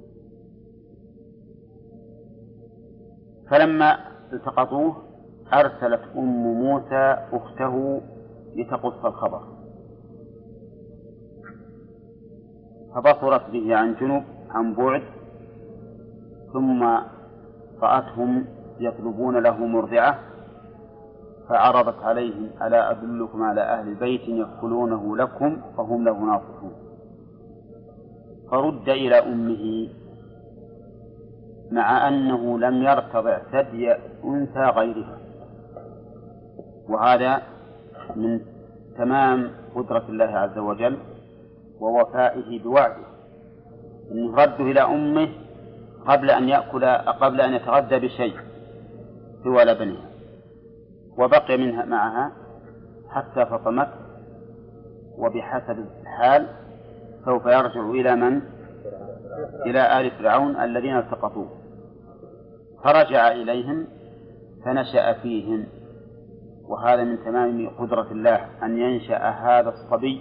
فلما التقطوه أرسلت أم موسى أخته لتقص الخبر، فبصرت به عن جنب عن بعد، ثم رأتهم يطلبون له مرضعة فعرضت عليهم: ألا أدلكم على أهل بيت يكفلونه لكم فهم له ناصحون. فرد إلى أمه مع أنه لم يرتضع ثدي أنثى غيرها، وهذا من تمام قدرة الله عز وجل ووفائه بوعده، أنه رد إلى أمه قبل أن يأكل قبل أن يتغذى بشيء سوى لبنها، وبقي منها معها حتى فطمت، وبحسب الحال سوف يرجع إلى من؟ إلى آل فرعون الذين التقطوه. فرجع إليهم فنشأ فيهم، وهذا من تمام قدرة الله أن ينشأ هذا الصبي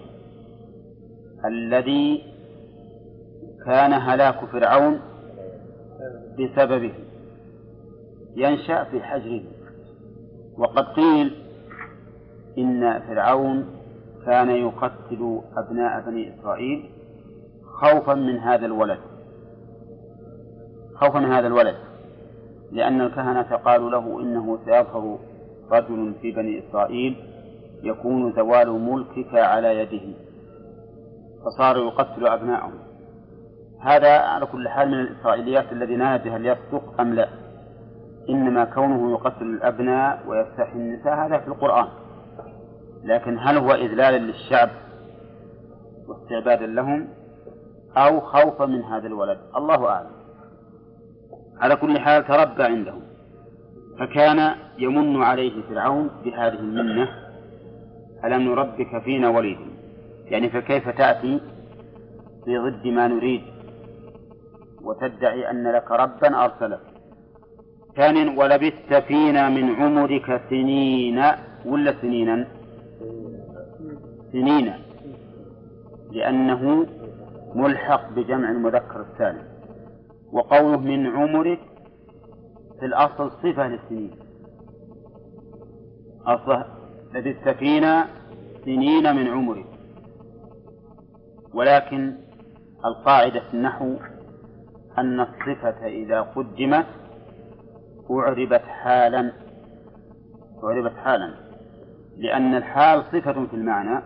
الذي كان هلاك فرعون بسببه، ينشأ في حجره. وقد قيل إن فرعون كان يقتل أبناء بني إسرائيل خوفا من هذا الولد خوفا من هذا الولد لأن الكهنة قالوا له إنه سيظهر رجل في بني إسرائيل يكون زوال ملكك على يده، فصار يقتل أبناءهم. هذا على كل حال من الإسرائيليات الذي لا ندري هل يصدق أم لا، إنما كونه يقتل الأبناء ويستحيي النساء هذا في القرآن، لكن هل هو إذلالا للشعب واستعبادا لهم أو خوفا من هذا الولد؟ الله أعلم. على كل حال تربى عندهم، فكان يمن عليه فرعون بهذه المنة: ألم نربك فينا وليدا، يعني فكيف تأتي في ضد ما نريد وتدعي أن لك ربا أرسلك. ثانيا: ولبثت فينا من عمرك سنين ولا سنينا؟ سنين لأنه ملحق بجمع المذكر السالم. وقوله من عمرك في الأصل صفة للسنين، أصله لبثت فينا سنين من عمرك، ولكن القاعدة في النحو أن الصفة إذا قدمت أعربت حالا أعربت حالا لأن الحال صفة في المعنى،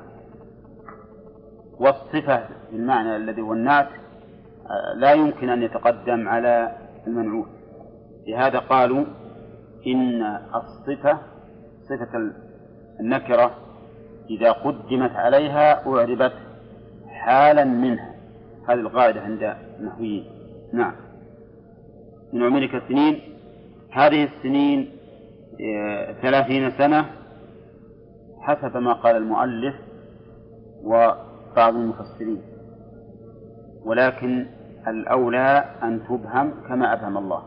والصفة في المعنى الذي هو النعت لا يمكن أن يتقدم على المنعوت. لهذا قالوا إن الصفة صفة النكرة إذا قدمت عليها أعربت حالا منها. هذه القاعدة عند النحويين. نعم. من عمرك السنين، هذه السنين ثلاثين سنة حسب ما قال المؤلف وبعض المفسرين، ولكن الأولى أن تبهم كما أبهم الله،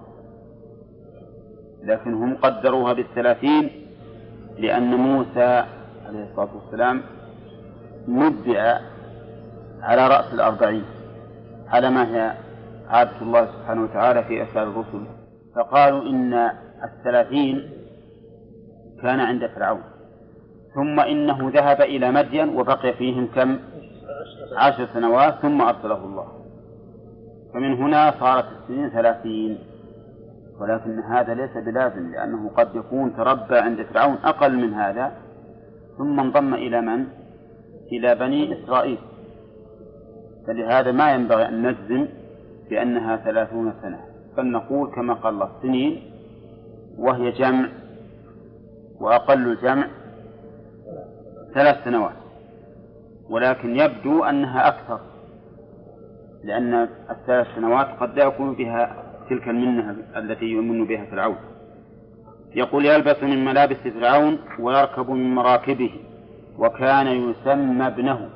لكن هم قدروها بالثلاثين لأن موسى عليه الصلاة والسلام نبئ على رأس الأربعين على ما هي عادة الله سبحانه وتعالى في إرسال الرسل، فقالوا إن الثلاثين كان عند فرعون، ثم إنه ذهب إلى مدين وبقي فيهم كم عشر سنوات ثم أرسله الله، فمن هنا صارت السنين ثلاثين. ولكن هذا ليس بلازم، لأنه قد يكون تربى عند فرعون أقل من هذا ثم انضم إلى من؟ إلى بني إسرائيل، فلهذا ما ينبغي أن نجزم بأنها ثلاثون سنة، بل نقول كما قال الله سنين، وهي جمع، وأقل الجمع ثلاث سنوات، ولكن يبدو أنها أكثر، لأن الثلاث سنوات قد لا يكون بها تلك المنة التي يمن بها فرعون. يقول يلبس من ملابس فرعون ويركب من مراكبه، وكان يسمى ابنه،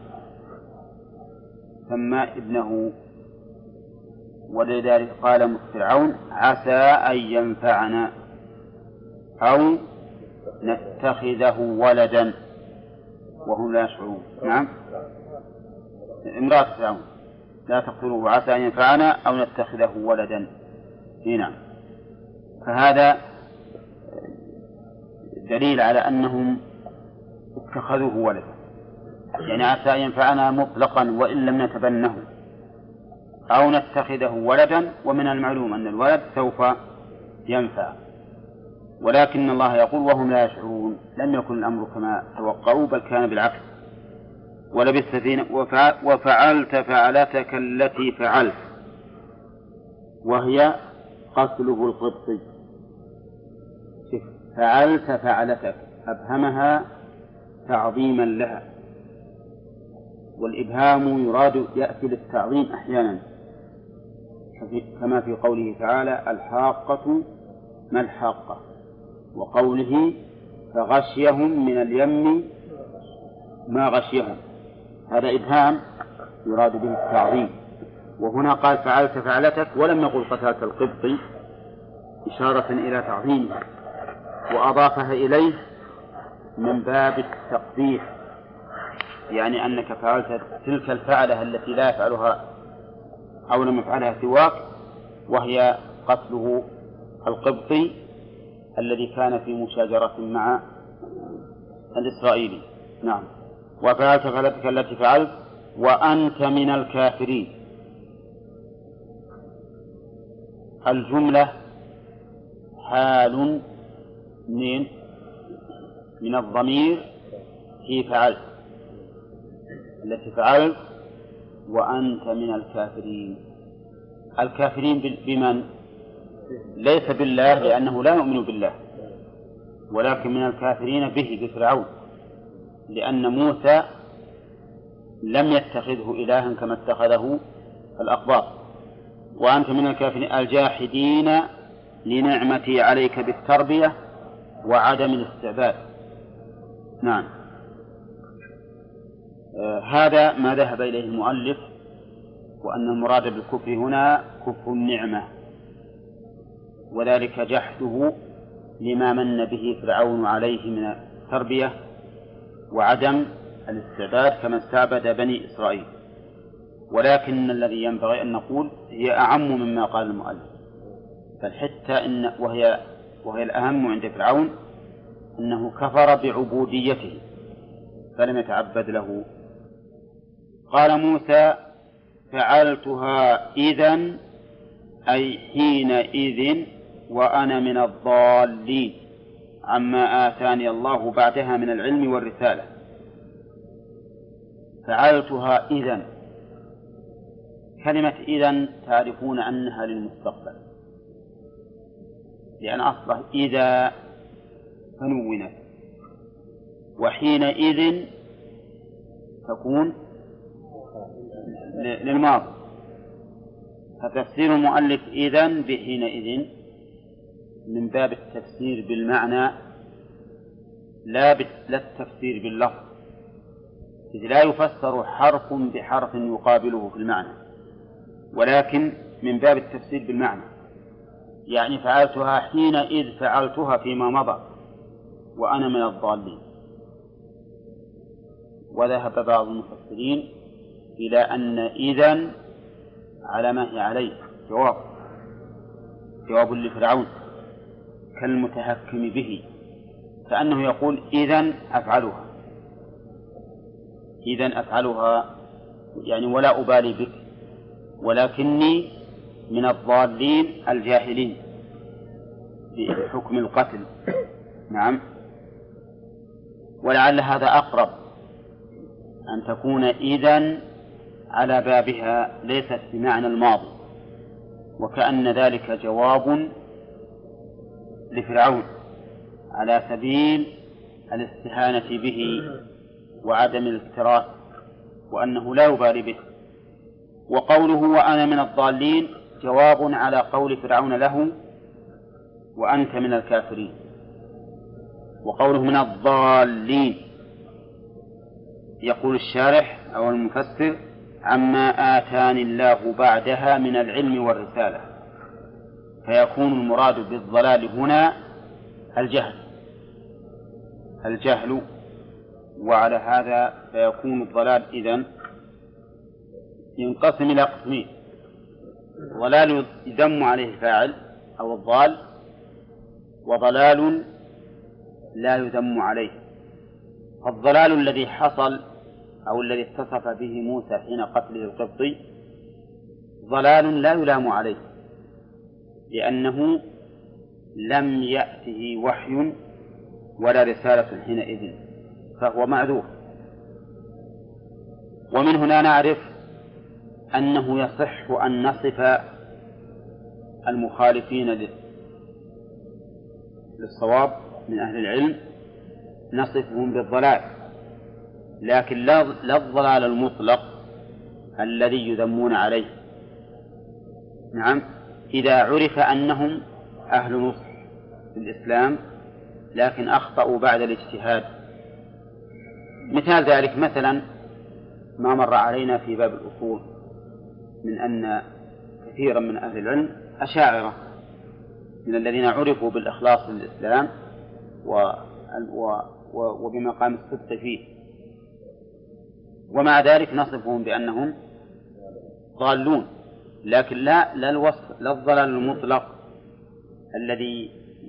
سمى ابنه، ولذلك قال فرعون عسى أن ينفعنا أو نتخذه ولدا وهم لا يشعرون. نعم، امرأة فرعون لا تقتلوه عسى أن ينفعنا أو نتخذه ولدا. هنا فهذا دليل على أنهم اتخذوه ولدا، يعني عسى أن ينفعنا مطلقا وإن لم نتبنه، أو نتخذه ولدا، ومن المعلوم أن الولد سوف ينفع، ولكن الله يقول وهم لا يشعرون، لم يكن الأمر كما توقعوا بل كان بالعكس. ولبثت فينا وفعلت فعلتك التي فعلت، وهي قتله القبطي. فعلت فعلتك أبهمها تعظيما لها، والإبهام يراد يأتي للتعظيم أحيانا، كما في قوله تعالى الحاقة ما الحاقة، وقوله فغشيهم من اليم ما غشيهم، هذا إبهام يراد به التعظيم. وهنا قال فعلت فعلتك ولم يقل قتلت القبطي إشارة إلى تعظيمها، وأضافها إليه من باب التقبيح، يعني أنك فعلت تلك الفعلة التي لا يفعلها أو لم يفعلها سواك، وهي قتله القبطي الذي كان في مشاجرة مع الإسرائيلي. نعم. وفعلت فعلتك التي فعلت وأنت من الكافرين. الجملة حال من من الضمير في فعلت التي فعلت وأنت من الكافرين. الكافرين بمن؟ ليس بالله لأنه لا يؤمن بالله، ولكن من الكافرين به بفرعون، لأن موسى لم يتخذه إلها كما اتخذه الأقباط. وأنت من الكافرين الجاحدين لنعمتي عليك بالتربية وعدم الاستعباد. نعم. آه هذا ما ذهب إليه المؤلف، وأن المراد بالكفر هنا كفر النعمة، وذلك جحده لما من به فرعون عليه من التربية وعدم الاستعباد كما استعبد بني إسرائيل. ولكن الذي ينبغي أن نقول هي أعم مما قال المؤلف، بل حتى إن وهي وهي الأهم عند فرعون أنه كفر بعبوديته فلم يتعبد له. قال موسى: فعلتها إذن أي حينئذ وأنا من الضالين عما آتاني الله بعدها من العلم والرسالة. فعلتها إذن، كلمة إذن تعرفون أنها للمستقبل، لأن أصله إذا فنونت، وحينئذ تكون للماضي. فتفسير المؤلف إذن بحينئذ من باب التفسير بالمعنى لا التفسير باللفظ، إذ لا يفسر حرف بحرف يقابله في المعنى، ولكن من باب التفسير بالمعنى، يعني فعلتها حينئذ فعلتها فيما مضى وأنا من الضالين. وذهب بعض المفسرين إلى أن إذن على ما هي عليه جواب جواب لفرعون كالمتهكم به، كأنه يقول إذن أفعلها إذن أفعلها يعني ولا أبالي بك، ولكني من الضالين الجاهلين بحكم القتل. نعم. ولعل هذا أقرب أن تكون إذن على بابها ليست بمعنى الماضي، وكأن ذلك جواب لفرعون على سبيل الاستهانة به وعدم الاكتراث وأنه لا يبالي به. وقوله وأنا من الضالين جواب على قول فرعون له وأنت من الكافرين. وقوله من الضالين يقول الشارح أو المفسر عما آتاني الله بعدها من العلم والرسالة، فيكون المراد بالضلال هنا الجهل الجهل وعلى هذا فيكون الضلال إذن ينقسم إلى قسمين: ضلال يذم عليه الفاعل أو الضال، وضلال لا يذم عليه. فالضلال الذي حصل أو الذي اتصف به موسى حين قتله القبطي ضلال لا يلام عليه، لأنه لم يأته وحي ولا رسالة حينئذ، فهو معذور. ومن هنا نعرف أنه يصح أن نصف المخالفين للصواب من أهل العلم نصفهم بالضلال، لكن لا الضلال المطلق الذي يذمون عليه. نعم، إذا عرف أنهم أهل نصح في الإسلام لكن أخطأوا بعد الاجتهاد. مثال ذلك مثلا ما مر علينا في باب الأصول من أن كثيرا من أهل العلم أشاعرة من الذين عرفوا بالإخلاص للإسلام وبمقام الصدق فيه، ومع ذلك نصفهم بأنهم ضالون، لكن لا لا الوصف لا الضلال المطلق الذي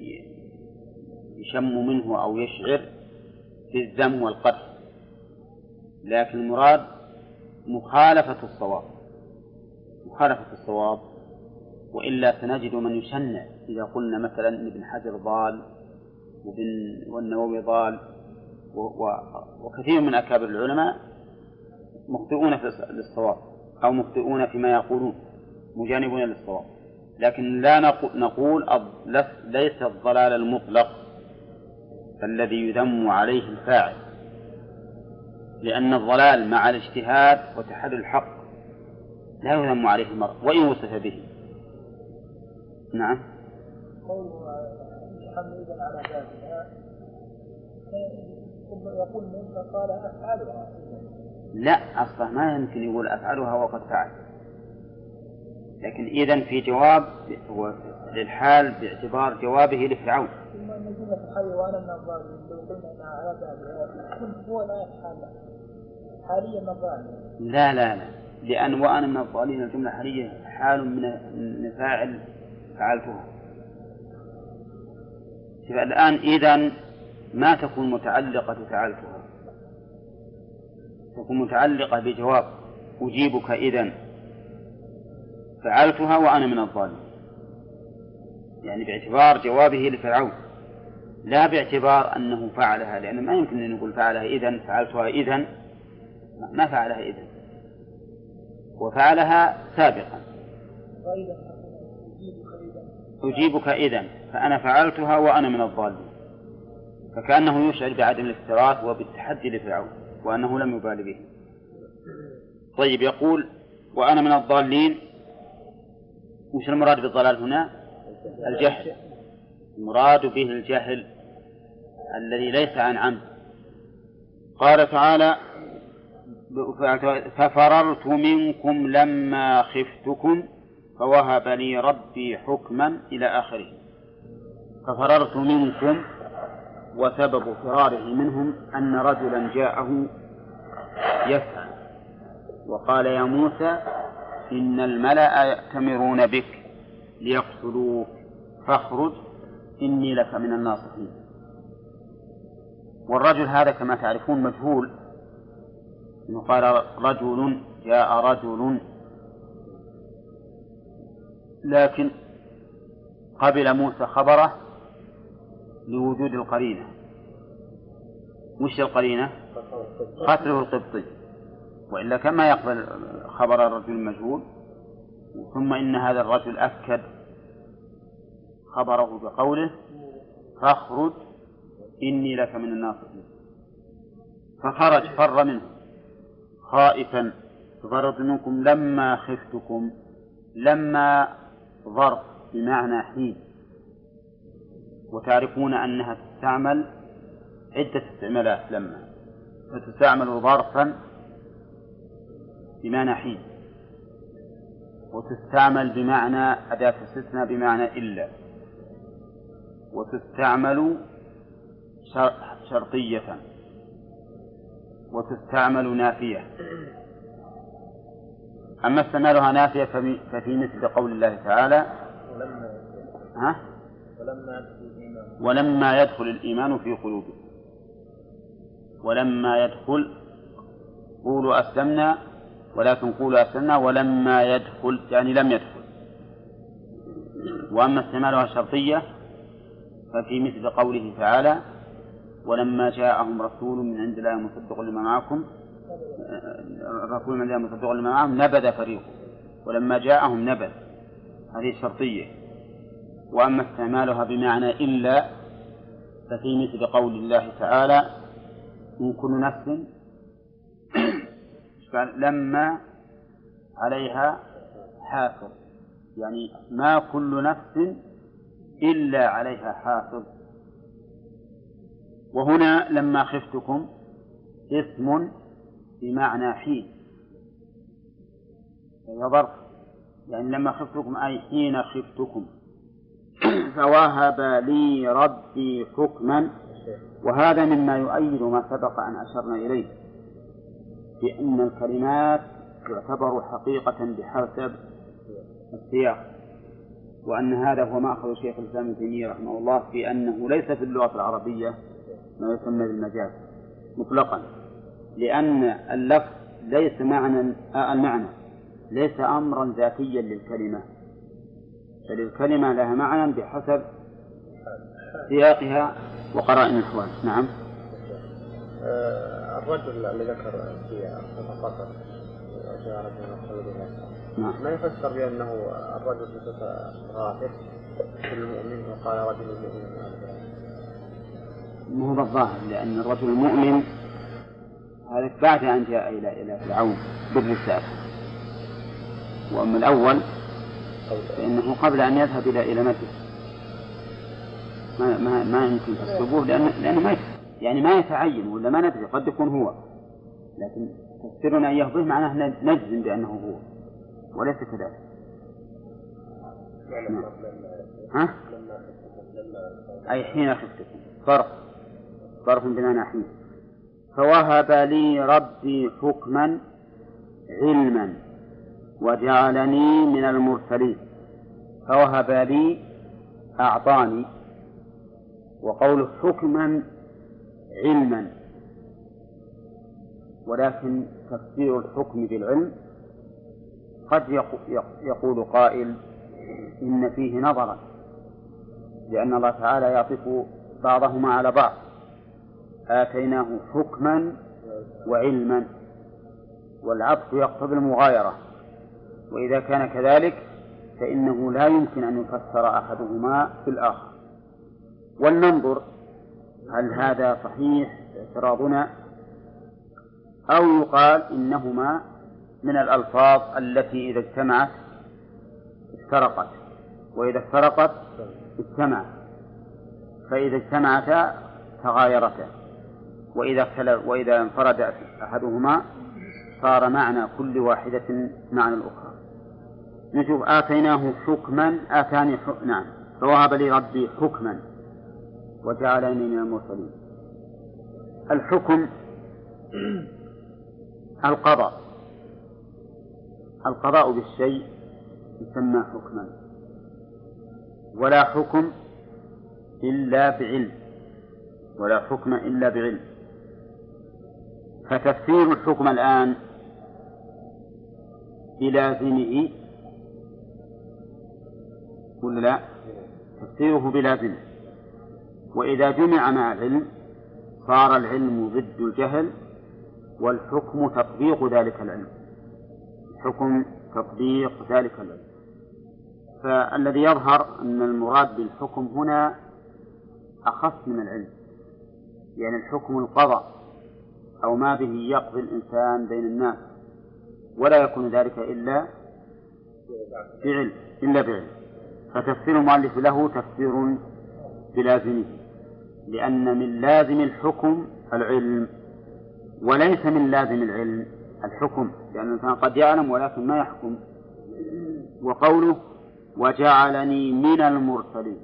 يشم منه أو يشعر في الذم والقتل، لكن المراد مخالفة الصواب مخالفة الصواب وإلا سنجد من يشنع إذا قلنا مثلا ابن حجر ضال والنووي ضال وكثير من أكابر العلماء مخطئون في الصواب أو مخطئون فيما يقولون مجانبون للصواب، لكن لا نقول ليس الضلال المطلق الذي يذم عليه الفاعل، لأن الضلال مع الاجتهاد وتحري الحق لا يذم عليه المرء وإن وصف به. نعم. على ذاتها ثم يقول من قال أفعلها. لا، أصلا ما يمكن يقول أفعلها وقد فعل، لكن إذن في جواب للحال باعتبار جوابه لفرعون. ثم جملة الحي وأنا من الظالمين لو قلنا أنها على ذلك هو الآية حالة حاليا من الظالمين. لا لا لا لأن وأنا من الظالمين الجملة حالية حال من فاعل فعلتها. الآن إذن ما تكون متعلقة فعلتها، تكون متعلقة بجواب أجيبك إذن فعلتها وأنا من الظالمين، يعني باعتبار جوابه لفرعون لا باعتبار أنه فعلها، لأن ما يمكن أن نقول فعلها إذن فعلتها إذن، ما فعلها إذن، وفعلها سابقا. أجيبك إذن فأنا فعلتها وأنا من الظالمين، فكأنه يشعر بعدم الاكتراث وبالتحدي لفرعون وأنه لم يبال به. طيب يقول وأنا من الضالين، وش المراد بالضلال هنا؟ الجهل، المراد به الجهل الذي ليس عن عمد. قال تعالى ففررت منكم لما خفتكم فوهب لي ربي حكما إلى آخره. ففررت منكم، وسبب فراره منهم أن رجلا جاءه يسعى وقال يا موسى إن الملأ يأتمرون بك ليقتلوك فاخرج إني لك من الناصحين. والرجل هذا كما تعرفون مجهول، إنه قال رجل جاء رجل، لكن قبل موسى خبره لوجود القرينة. وش القرينة؟ قتله القبطي، وإلا كما يقبل خبر الرجل المجهول. ثم إن هذا الرجل أكد خبره بقوله فاخرج إني لك من الناصحين، فخرج فر منه خائفا. ففررت منكم لما خفتكم، لما ظرف بمعنى حين، وتعرفون أنها تستعمل عدة استعمالات، لما فتستعمل ظرفا بمعنى حين، وتستعمل بمعنى أداة استثناء بمعنى إلا، وتستعمل شرطية، وتستعمل نافية. أما استعمالها نافية ففي مثل قول الله تعالى ها؟ ولما يدخل الإيمان في قلوبكم، ولما يدخل قولوا أسلمنا ولكن قولوا أسلمنا ولما يدخل يعني لم يدخل. وأما استعمالها شرطية ففي مثل قوله تعالى ولما جاءهم رسول من عند الله مصدق لما معكم، رسول من عند الله مصدق لما معهم نبذ فريق، ولما جاءهم نبذ، هذه شرطية. وأما استعمالها بمعنى إلا ففي مثل قول الله تعالى إن كل نفس لما عليها حافظ، يعني ما كل نفس إلا عليها حافظ. وهنا لما خفتكم اسم بمعنى حين، هي ظرف، يعني لما خفتكم أي حين خفتكم. فوهب لي ربي حكما، وهذا مما يؤيد ما سبق أن أشرنا إليه بأن الكلمات تعتبر حقيقة بحسب السياق، وأن هذا هو مأخذ شيخ الإسلام ابن تيمية رحمه الله في أنه ليس في اللغة العربية ما يسمى بالمجاز مطلقا، لأن اللفظ ليس معنى المعنى ليس أمرا ذاتيا للكلمة، بل الكلمة لها معنى بحسب سياقها وقرائن الأحوال. نعم. الرجل اللي ذكر في القصر جاء رجل نعم. ما يفسر بأنه الرجل بصفة غافر في المؤمن وقال رجل المؤمن. ما هو بالظاهر، لأن الرجل المؤمن هذا بعد أن جاء إلى إلى فرعون بالرسالة، وأما الأول فإنه قبل أن يذهب إلى إلى مكة ما ما ما يمكن تصبوه، لأن لأنه ما يعني ما يتعين ولا ما ندري، قد يكون هو، لكن تفسيرنا إياه به معناه نجزم بأنه هو وليس كذلك. ها؟ أي حين خفتكم، ظرف ظرف بمعنى حين. فوهب لي ربي حكما علما وجعلني من المرسلين. فوهب لي أعطاني، وقوله حكما علما، ولكن تفسير الحكم بالعلم قد يقول قائل إن فيه نظرا، لأن الله تعالى يعطف بعضهما على بعض، آتيناه حكما وعلما، والعطف يقتضي المغايرة، وإذا كان كذلك فإنه لا يمكن أن يفسر أحدهما بالآخر. ولننظر هل هذا صحيح اعتراضنا، أو يقال إنهما من الألفاظ التي إذا اجتمعت افترقت، وإذا افترقت اجتمعت، فإذا اجتمعتا تغايرتا، وإذا وإذا انفرد أحدهما صار معنى كل واحدة معنى الأخرى. نشوف آتيناه حكما، آتاني حكما، نعم. فوهب لي ربي حكما وجعلني من المرسلين. الحكم القضاء، القضاء بالشيء يسمى حكما، ولا حكم إلا بعلم، ولا حكم إلا بعلم. فتفسير الحكم الآن بلازمه ولا لا؟ تفسيره بلازمه، وإذا جمع مع العلم صار العلم ضد الجهل، والحكم تطبيق ذلك العلم، الحكم تطبيق ذلك العلم. فالذي يظهر أن المراد بالحكم هنا أخص من العلم، يعني الحكم القضاء أو ما به يقضي الإنسان بين الناس، ولا يكون ذلك إلا بعلم، إلا بعلم. فتفسير المؤلف له تفسير بلازمه، لأن من لازم الحكم العلم، وليس من لازم العلم الحكم، لأن الإنسان قد يعلم ولكن ما يحكم. وقوله وجعلني من المرسلين،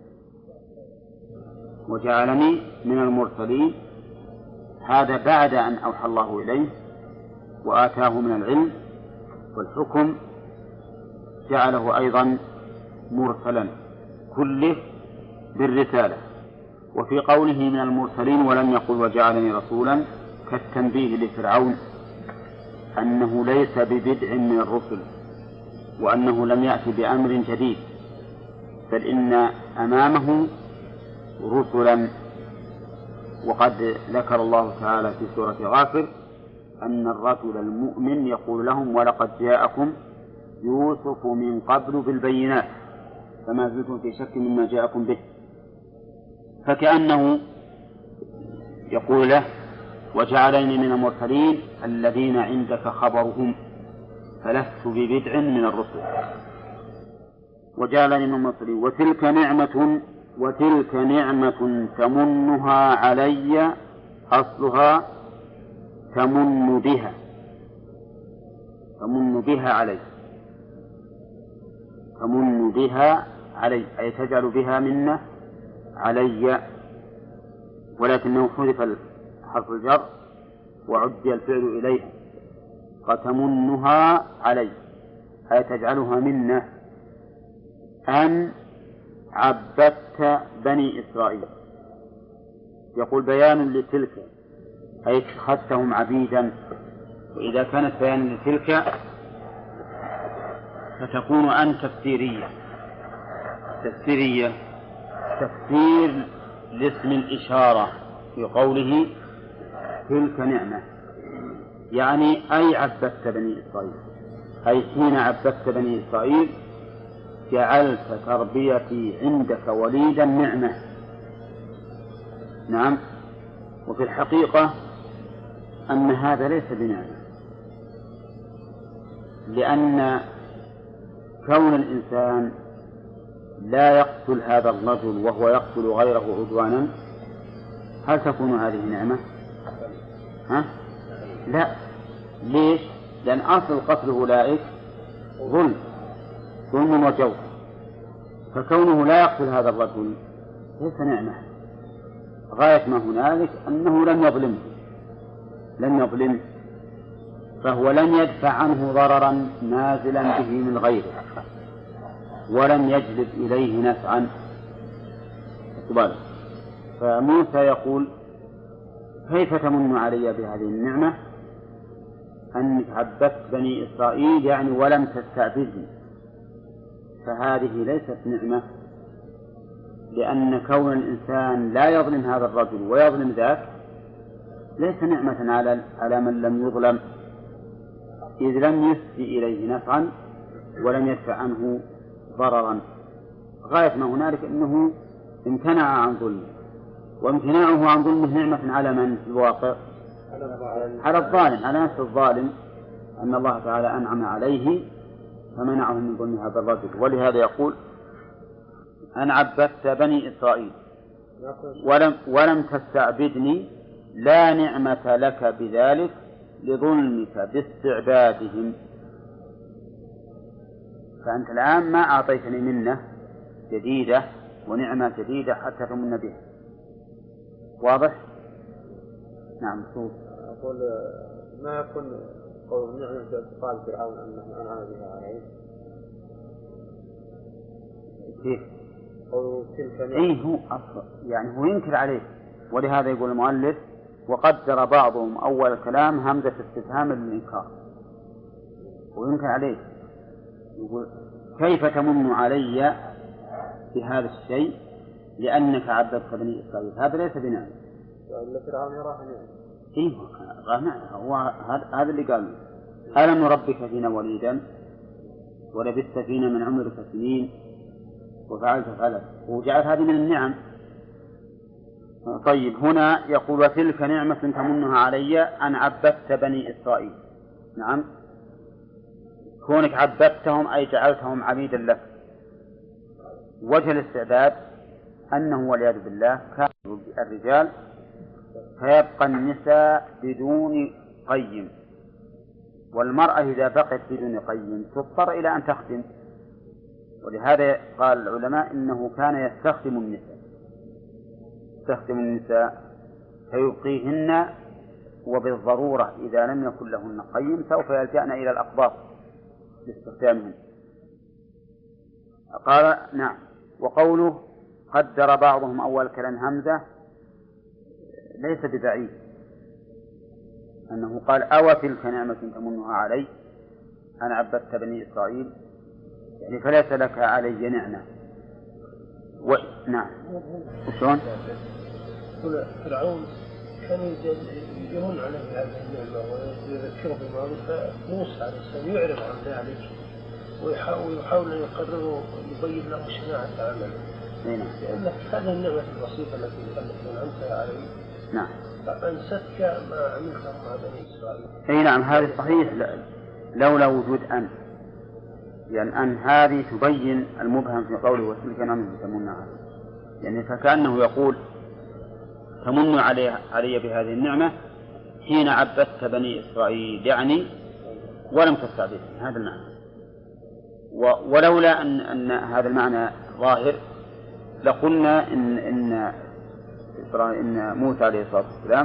وجعلني من المرسلين، هذا بعد أن أوحى الله إليه وآتاه من العلم والحكم، جعله أيضا مرسلا كله بالرسالة. وفي قوله من المرسلين ولم يقل وجعلني رسولا كالتنبيه لفرعون أنه ليس ببدع من الرسل، وأنه لم يأتي بأمر جديد، بل إن أمامه رسلا. وقد ذكر الله تعالى في سورة غافر أن الرجل المؤمن يقول لهم ولقد جاءكم يوسف من قبل بالبينات فما زلتم في شك مما جاءكم به. فكأنه يقول له وجعلني من المرسلين الذين عندك خبرهم، فلست ببدع من الرسل. وجعلني من المرسلين وتلك نعمة وتلك نعمة تمنها علي، أصلها تمن بها، تمن بها علي، تمن بها علي أي تجعل بها منة علي، ولكنه حذف حرف الجر وعدي الفعل إليه، فتمنها علي أي تجعلها منة أن عبدت بني إسرائيل. يقول بيان لتلك أي اتخذتهم عبيدا، وإذا كانت بيان لتلك فتكون أن تفسيرية، تفسيرية تفسير لاسم الإشارة في قوله تلك نعمة، يعني أي عبدت بني إسرائيل، أي حين عبدت بني إسرائيل جعلت تربيتي عندك وليدا نعمة. نعم. وفي الحقيقة أن هذا ليس بنعمة، لأن كون الإنسان لا يقتل هذا الرجل وهو يقتل غيره عدوانا، هل تكون هذه نعمة؟ ها؟ لا. ليش؟ لأن أصل قتل أولئك ظلم، ظلم وجور، فكونه لا يقتل هذا الرجل ليس نعمة، غاية ما هنالك أنه لم يظلمه لم يظلمه فهو لم يدفع عنه ضررا نازلا به من غيره ولم يجلب إليه نفعا. فموسى يقول كيف تمن علي بهذه النعمة أنك عبدت بني إسرائيل يعني ولم تستعبدني؟ فهذه ليست نعمة، لأن كون الإنسان لا يظلم هذا الرجل ويظلم ذاك ليس نعمة على على من لم يظلم، إذ لم يسدي إليه نفعا ولم يدفع عنه ضررا. غاية ما هنالك أنه امتنع عن ظلمه، وامتناعه عن ظلمه نعمة على من في الواقع؟ على الظالم، على نفس الظالم، أن الله تعالى أنعم عليه فمنعه من ظلم هذا الرجل. ولهذا يقول أن عبدت بني إسرائيل ولم, ولم تستعبدني، لا نعمة لك بذلك لظلمك باستعبادهم. فأنت الآن ما أعطيتني منة جديدة ونعمة جديدة حتى تمن بها. واضح؟ نعم. صوت. أقول ما يكون قول نعمة اعتقاد فرعون أنه أنعم بها عليه. كيف؟ قول تلك نعمة. إيه هو أصلا يعني هو ينكر عليه، ولهذا يقول المؤلف وقدر بعضهم أول الكلام همزة استفهام للإنكار، وينكر عليه يقول كيف تمن علي بهذا الشيء لأنك عبدت بني إسرائيل؟ هذا ليس بنعمة. فرعون يراه نعمة. إيه هو هذا اللي قال ألم نربك فينا وليدا ولبثت فينا من عمرك سنين وفعلت فعلت، وجعلت هذه من النعم. طيب هنا يقول وتلك نعمة تمنها علي أن عبدت بني إسرائيل. نعم، كونك عبدتهم أي جعلتهم عبيدا لك. وجه الاستعباد أنه والعياذ بالله كان الرجال فيبقى النساء بدون قيم، والمرأة إذا بقت بدون قيم تضطر إلى أن تخدم. ولهذا قال العلماء إنه كان يستخدم النساء يستخدم النساء فيبقيهن، وبالضرورة إذا لم يكن لهن قيم سوف يلجأن إلى الأقباط لاستخدامهن. قال نعم. وقوله قدر بعضهم أول كلام همزة ليس ببعيد، أنه قال أو تلك نعمة تمنها علي أنا عبدت بني إسرائيل، يعني فليس لك علي نعمة. و... نعم. وشون؟ فرعون كان يمن عليه هذه النعمة ويذكره بالماضي، فموسى عليه السلام يعرض عن ذلك ويحاول يحاول أن يقرره يبين له شناعة عمله. نعم. لأن هذه النعمة البسيطة التي أنعمت عليه نعم فأنستك ما عملته مع بني إسرائيل. أي نعم، هذا صحيح لولا وجود أن، يعني أن هذه تبين المبهم في قوله وتلك نعمة تمن علي، يعني فكأنه يقول تمن علي, علي بهذه النعمة حين عبدت بني إسرائيل، يعني ولم تستعبدني. هذا المعنى. ولولا أن, أن هذا المعنى ظاهر لقلنا إن, إن, إن موسى عليه الصلاة والسلام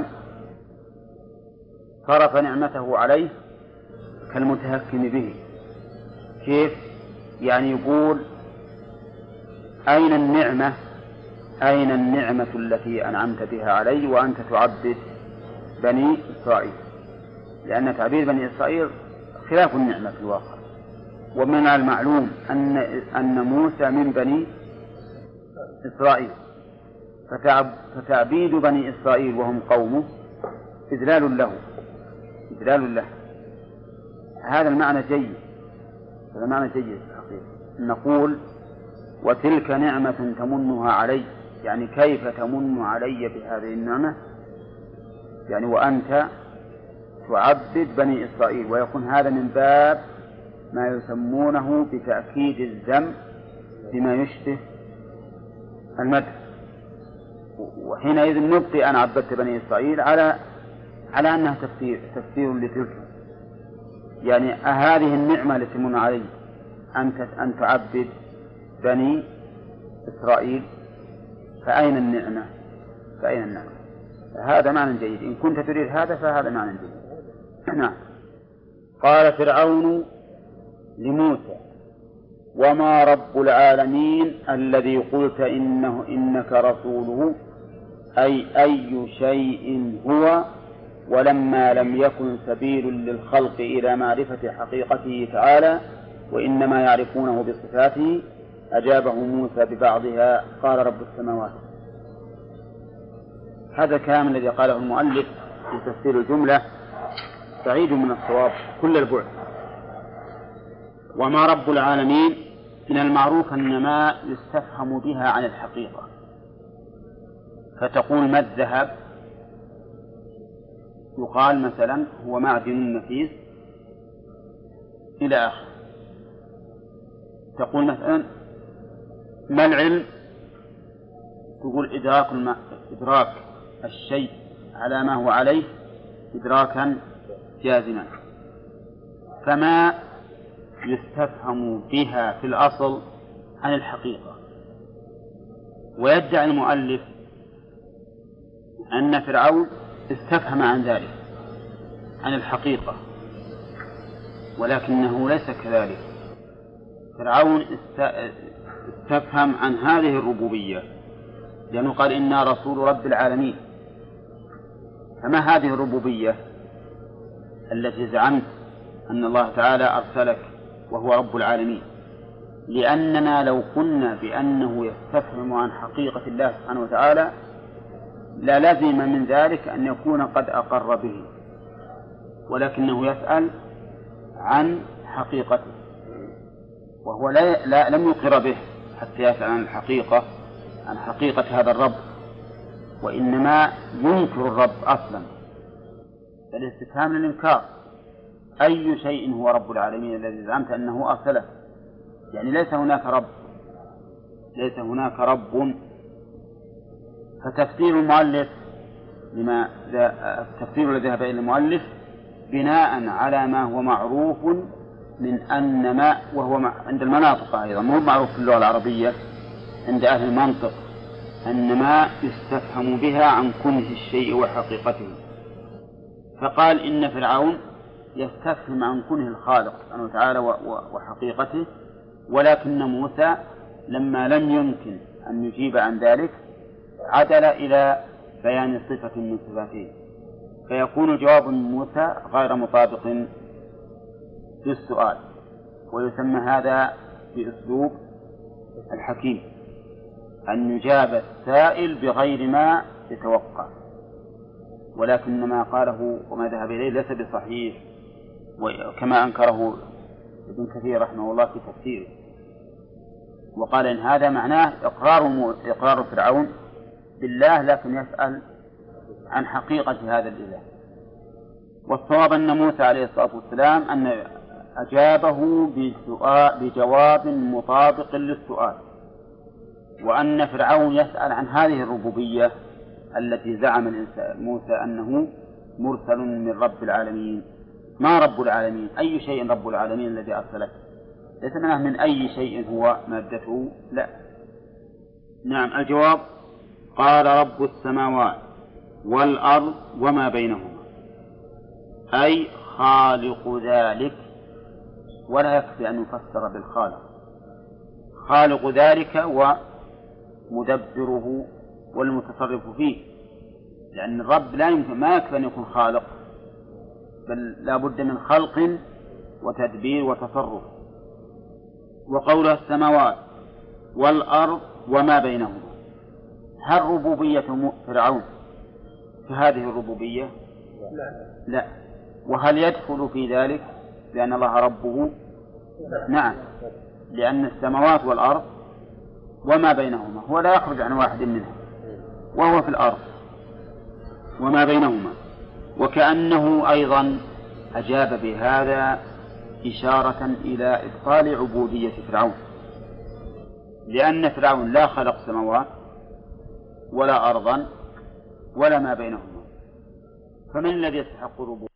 صرف نعمته عليه كالمتهكم به. كيف؟ يعني يقول أين النعمة أين النعمة التي أنعمت بها علي وأنت تعبد بني إسرائيل؟ لأن تعبيد بني إسرائيل خلاف النعمة في الواقع. ومن المعلوم أن أن موسى من بني إسرائيل، فتعبيد بني إسرائيل وهم قومه إذلال له إذلال له. هذا المعنى جيد، هذا معنى جيد حقيقي. نقول وتلك نعمة تمنها علي، يعني كيف تمن علي بهذه النعمة؟ يعني وأنت تعبد بني إسرائيل، ويكون هذا من باب ما يسمونه بتأكيد الذم بما يشبه المدح. وحينئذ نبقي أن عبدت بني إسرائيل على على أنها تفسير تفسير لتلك، يعني هذه النعمة التي تمن علي أن أن تعبد بني إسرائيل فأين النعمة؟ فأين النعمة؟ هذا معنى جيد، إن كنت تريد هذا فهذا معنى جيد. نعم. قال فرعون لموسى: وما رب العالمين الذي قلت إنه إنك رسوله، أي أي شيء هو، ولما لم يكن سبيل للخلق إلى معرفة حقيقته تعالى وإنما يعرفونه بصفاته، أجابه موسى ببعضها: قال رب السماوات. هذا الكلام الذي قاله المؤلف في تفسير الجملة بعيد من الصواب كل البعد. وما رب العالمين من المعروف أن ما يستفهم بها عن الحقيقة، فتقول ما الذهب؟ يقال مثلا هو معدن نفيس إلى آخر. تقول مثلا ما العلم؟ تقول إدراك, الم... إدراك الشيء على ما هو عليه إدراكا جازما. فما يستفهم بها في الأصل عن الحقيقة. ويدعي المؤلف أن فرعون استفهم عن ذلك عن الحقيقة، ولكنه ليس كذلك. فرعون استفهم عن هذه الربوبية، لأنه قال إنا رسول رب العالمين. فما هذه الربوبية التي زعمت أن الله تعالى أرسلك وهو رب العالمين؟ لأننا لو قلنا بأنه يستفهم عن حقيقة الله سبحانه وتعالى لا لازم من ذلك أن يكون قد أقر به، ولكنه يسأل عن حقيقته، وهو لا, لا لم يقر به حتى يسأل عن الحقيقة عن حقيقة هذا الرب، وإنما ينكر الرب أصلا. فالاستفهام للإنكار: أي شيء هو رب العالمين الذي زعمت أنه أرسله؟ يعني ليس هناك رب، ليس هناك رب. فتفسير المؤلف لما التفسير الذي ذهب إلى المؤلف بناء على ما هو معروف من أن ما وهو عند المناطق أيضا مو معروف في اللغة العربية عند أهل المنطق أن ما يستفهم بها عن كنه الشيء وحقيقته. فقال إن فرعون يستفهم عن كنه الخالق سبحانه وتعالى وحقيقته، ولكن موسى لما لم يمكن أن يجيب عن ذلك عدل إلى بيان صفة من صفاته، فيكون جواب موسى غير مطابق للسؤال، ويسمى هذا بأسلوب الحكيم أن يجاب السائل بغير ما يتوقع. ولكن ما قاله وما ذهب إليه ليس بصحيح، وكما أنكره ابن كثير رحمه الله في تفسيره، وقال إن هذا معناه إقرار, إقرار فرعون بالله، لكن يسأل عن حقيقة هذا الإله. والصواب أن موسى عليه الصلاة والسلام أن أجابه بجواب مطابق للسؤال، وأن فرعون يسأل عن هذه الربوبية التي زعم موسى أنه مرسل من رب العالمين. ما رب العالمين؟ أي شيء رب العالمين الذي أرسله؟ ليس معناه من أي شيء هو مادته، لا. نعم، الجواب: قال رب السماوات والأرض وما بينهما، أي خالق ذلك. ولا يكفي أن يفسر بالخالق، خالق ذلك ومدبره والمتصرف فيه، لأن الرب لا يمكن ما يكفي أن يكون خالق، بل لا بد من خلق وتدبير وتصرف. وقوله السماوات والأرض وما بينهما، هل ربوبية فرعون كهذه الربوبية؟ لا. وهل يدخل في ذلك لأن الله ربه؟ نعم، لأن السماوات والأرض وما بينهما هو لا يخرج عن واحد منها، وهو في الأرض وما بينهما. وكأنه أيضا أجاب بهذا إشارة إلى إبطال عبودية فرعون، لأن فرعون لا خلق سماوات ولا أرضا ولا ما بينهما، فمن الذي يستحق الربوبية؟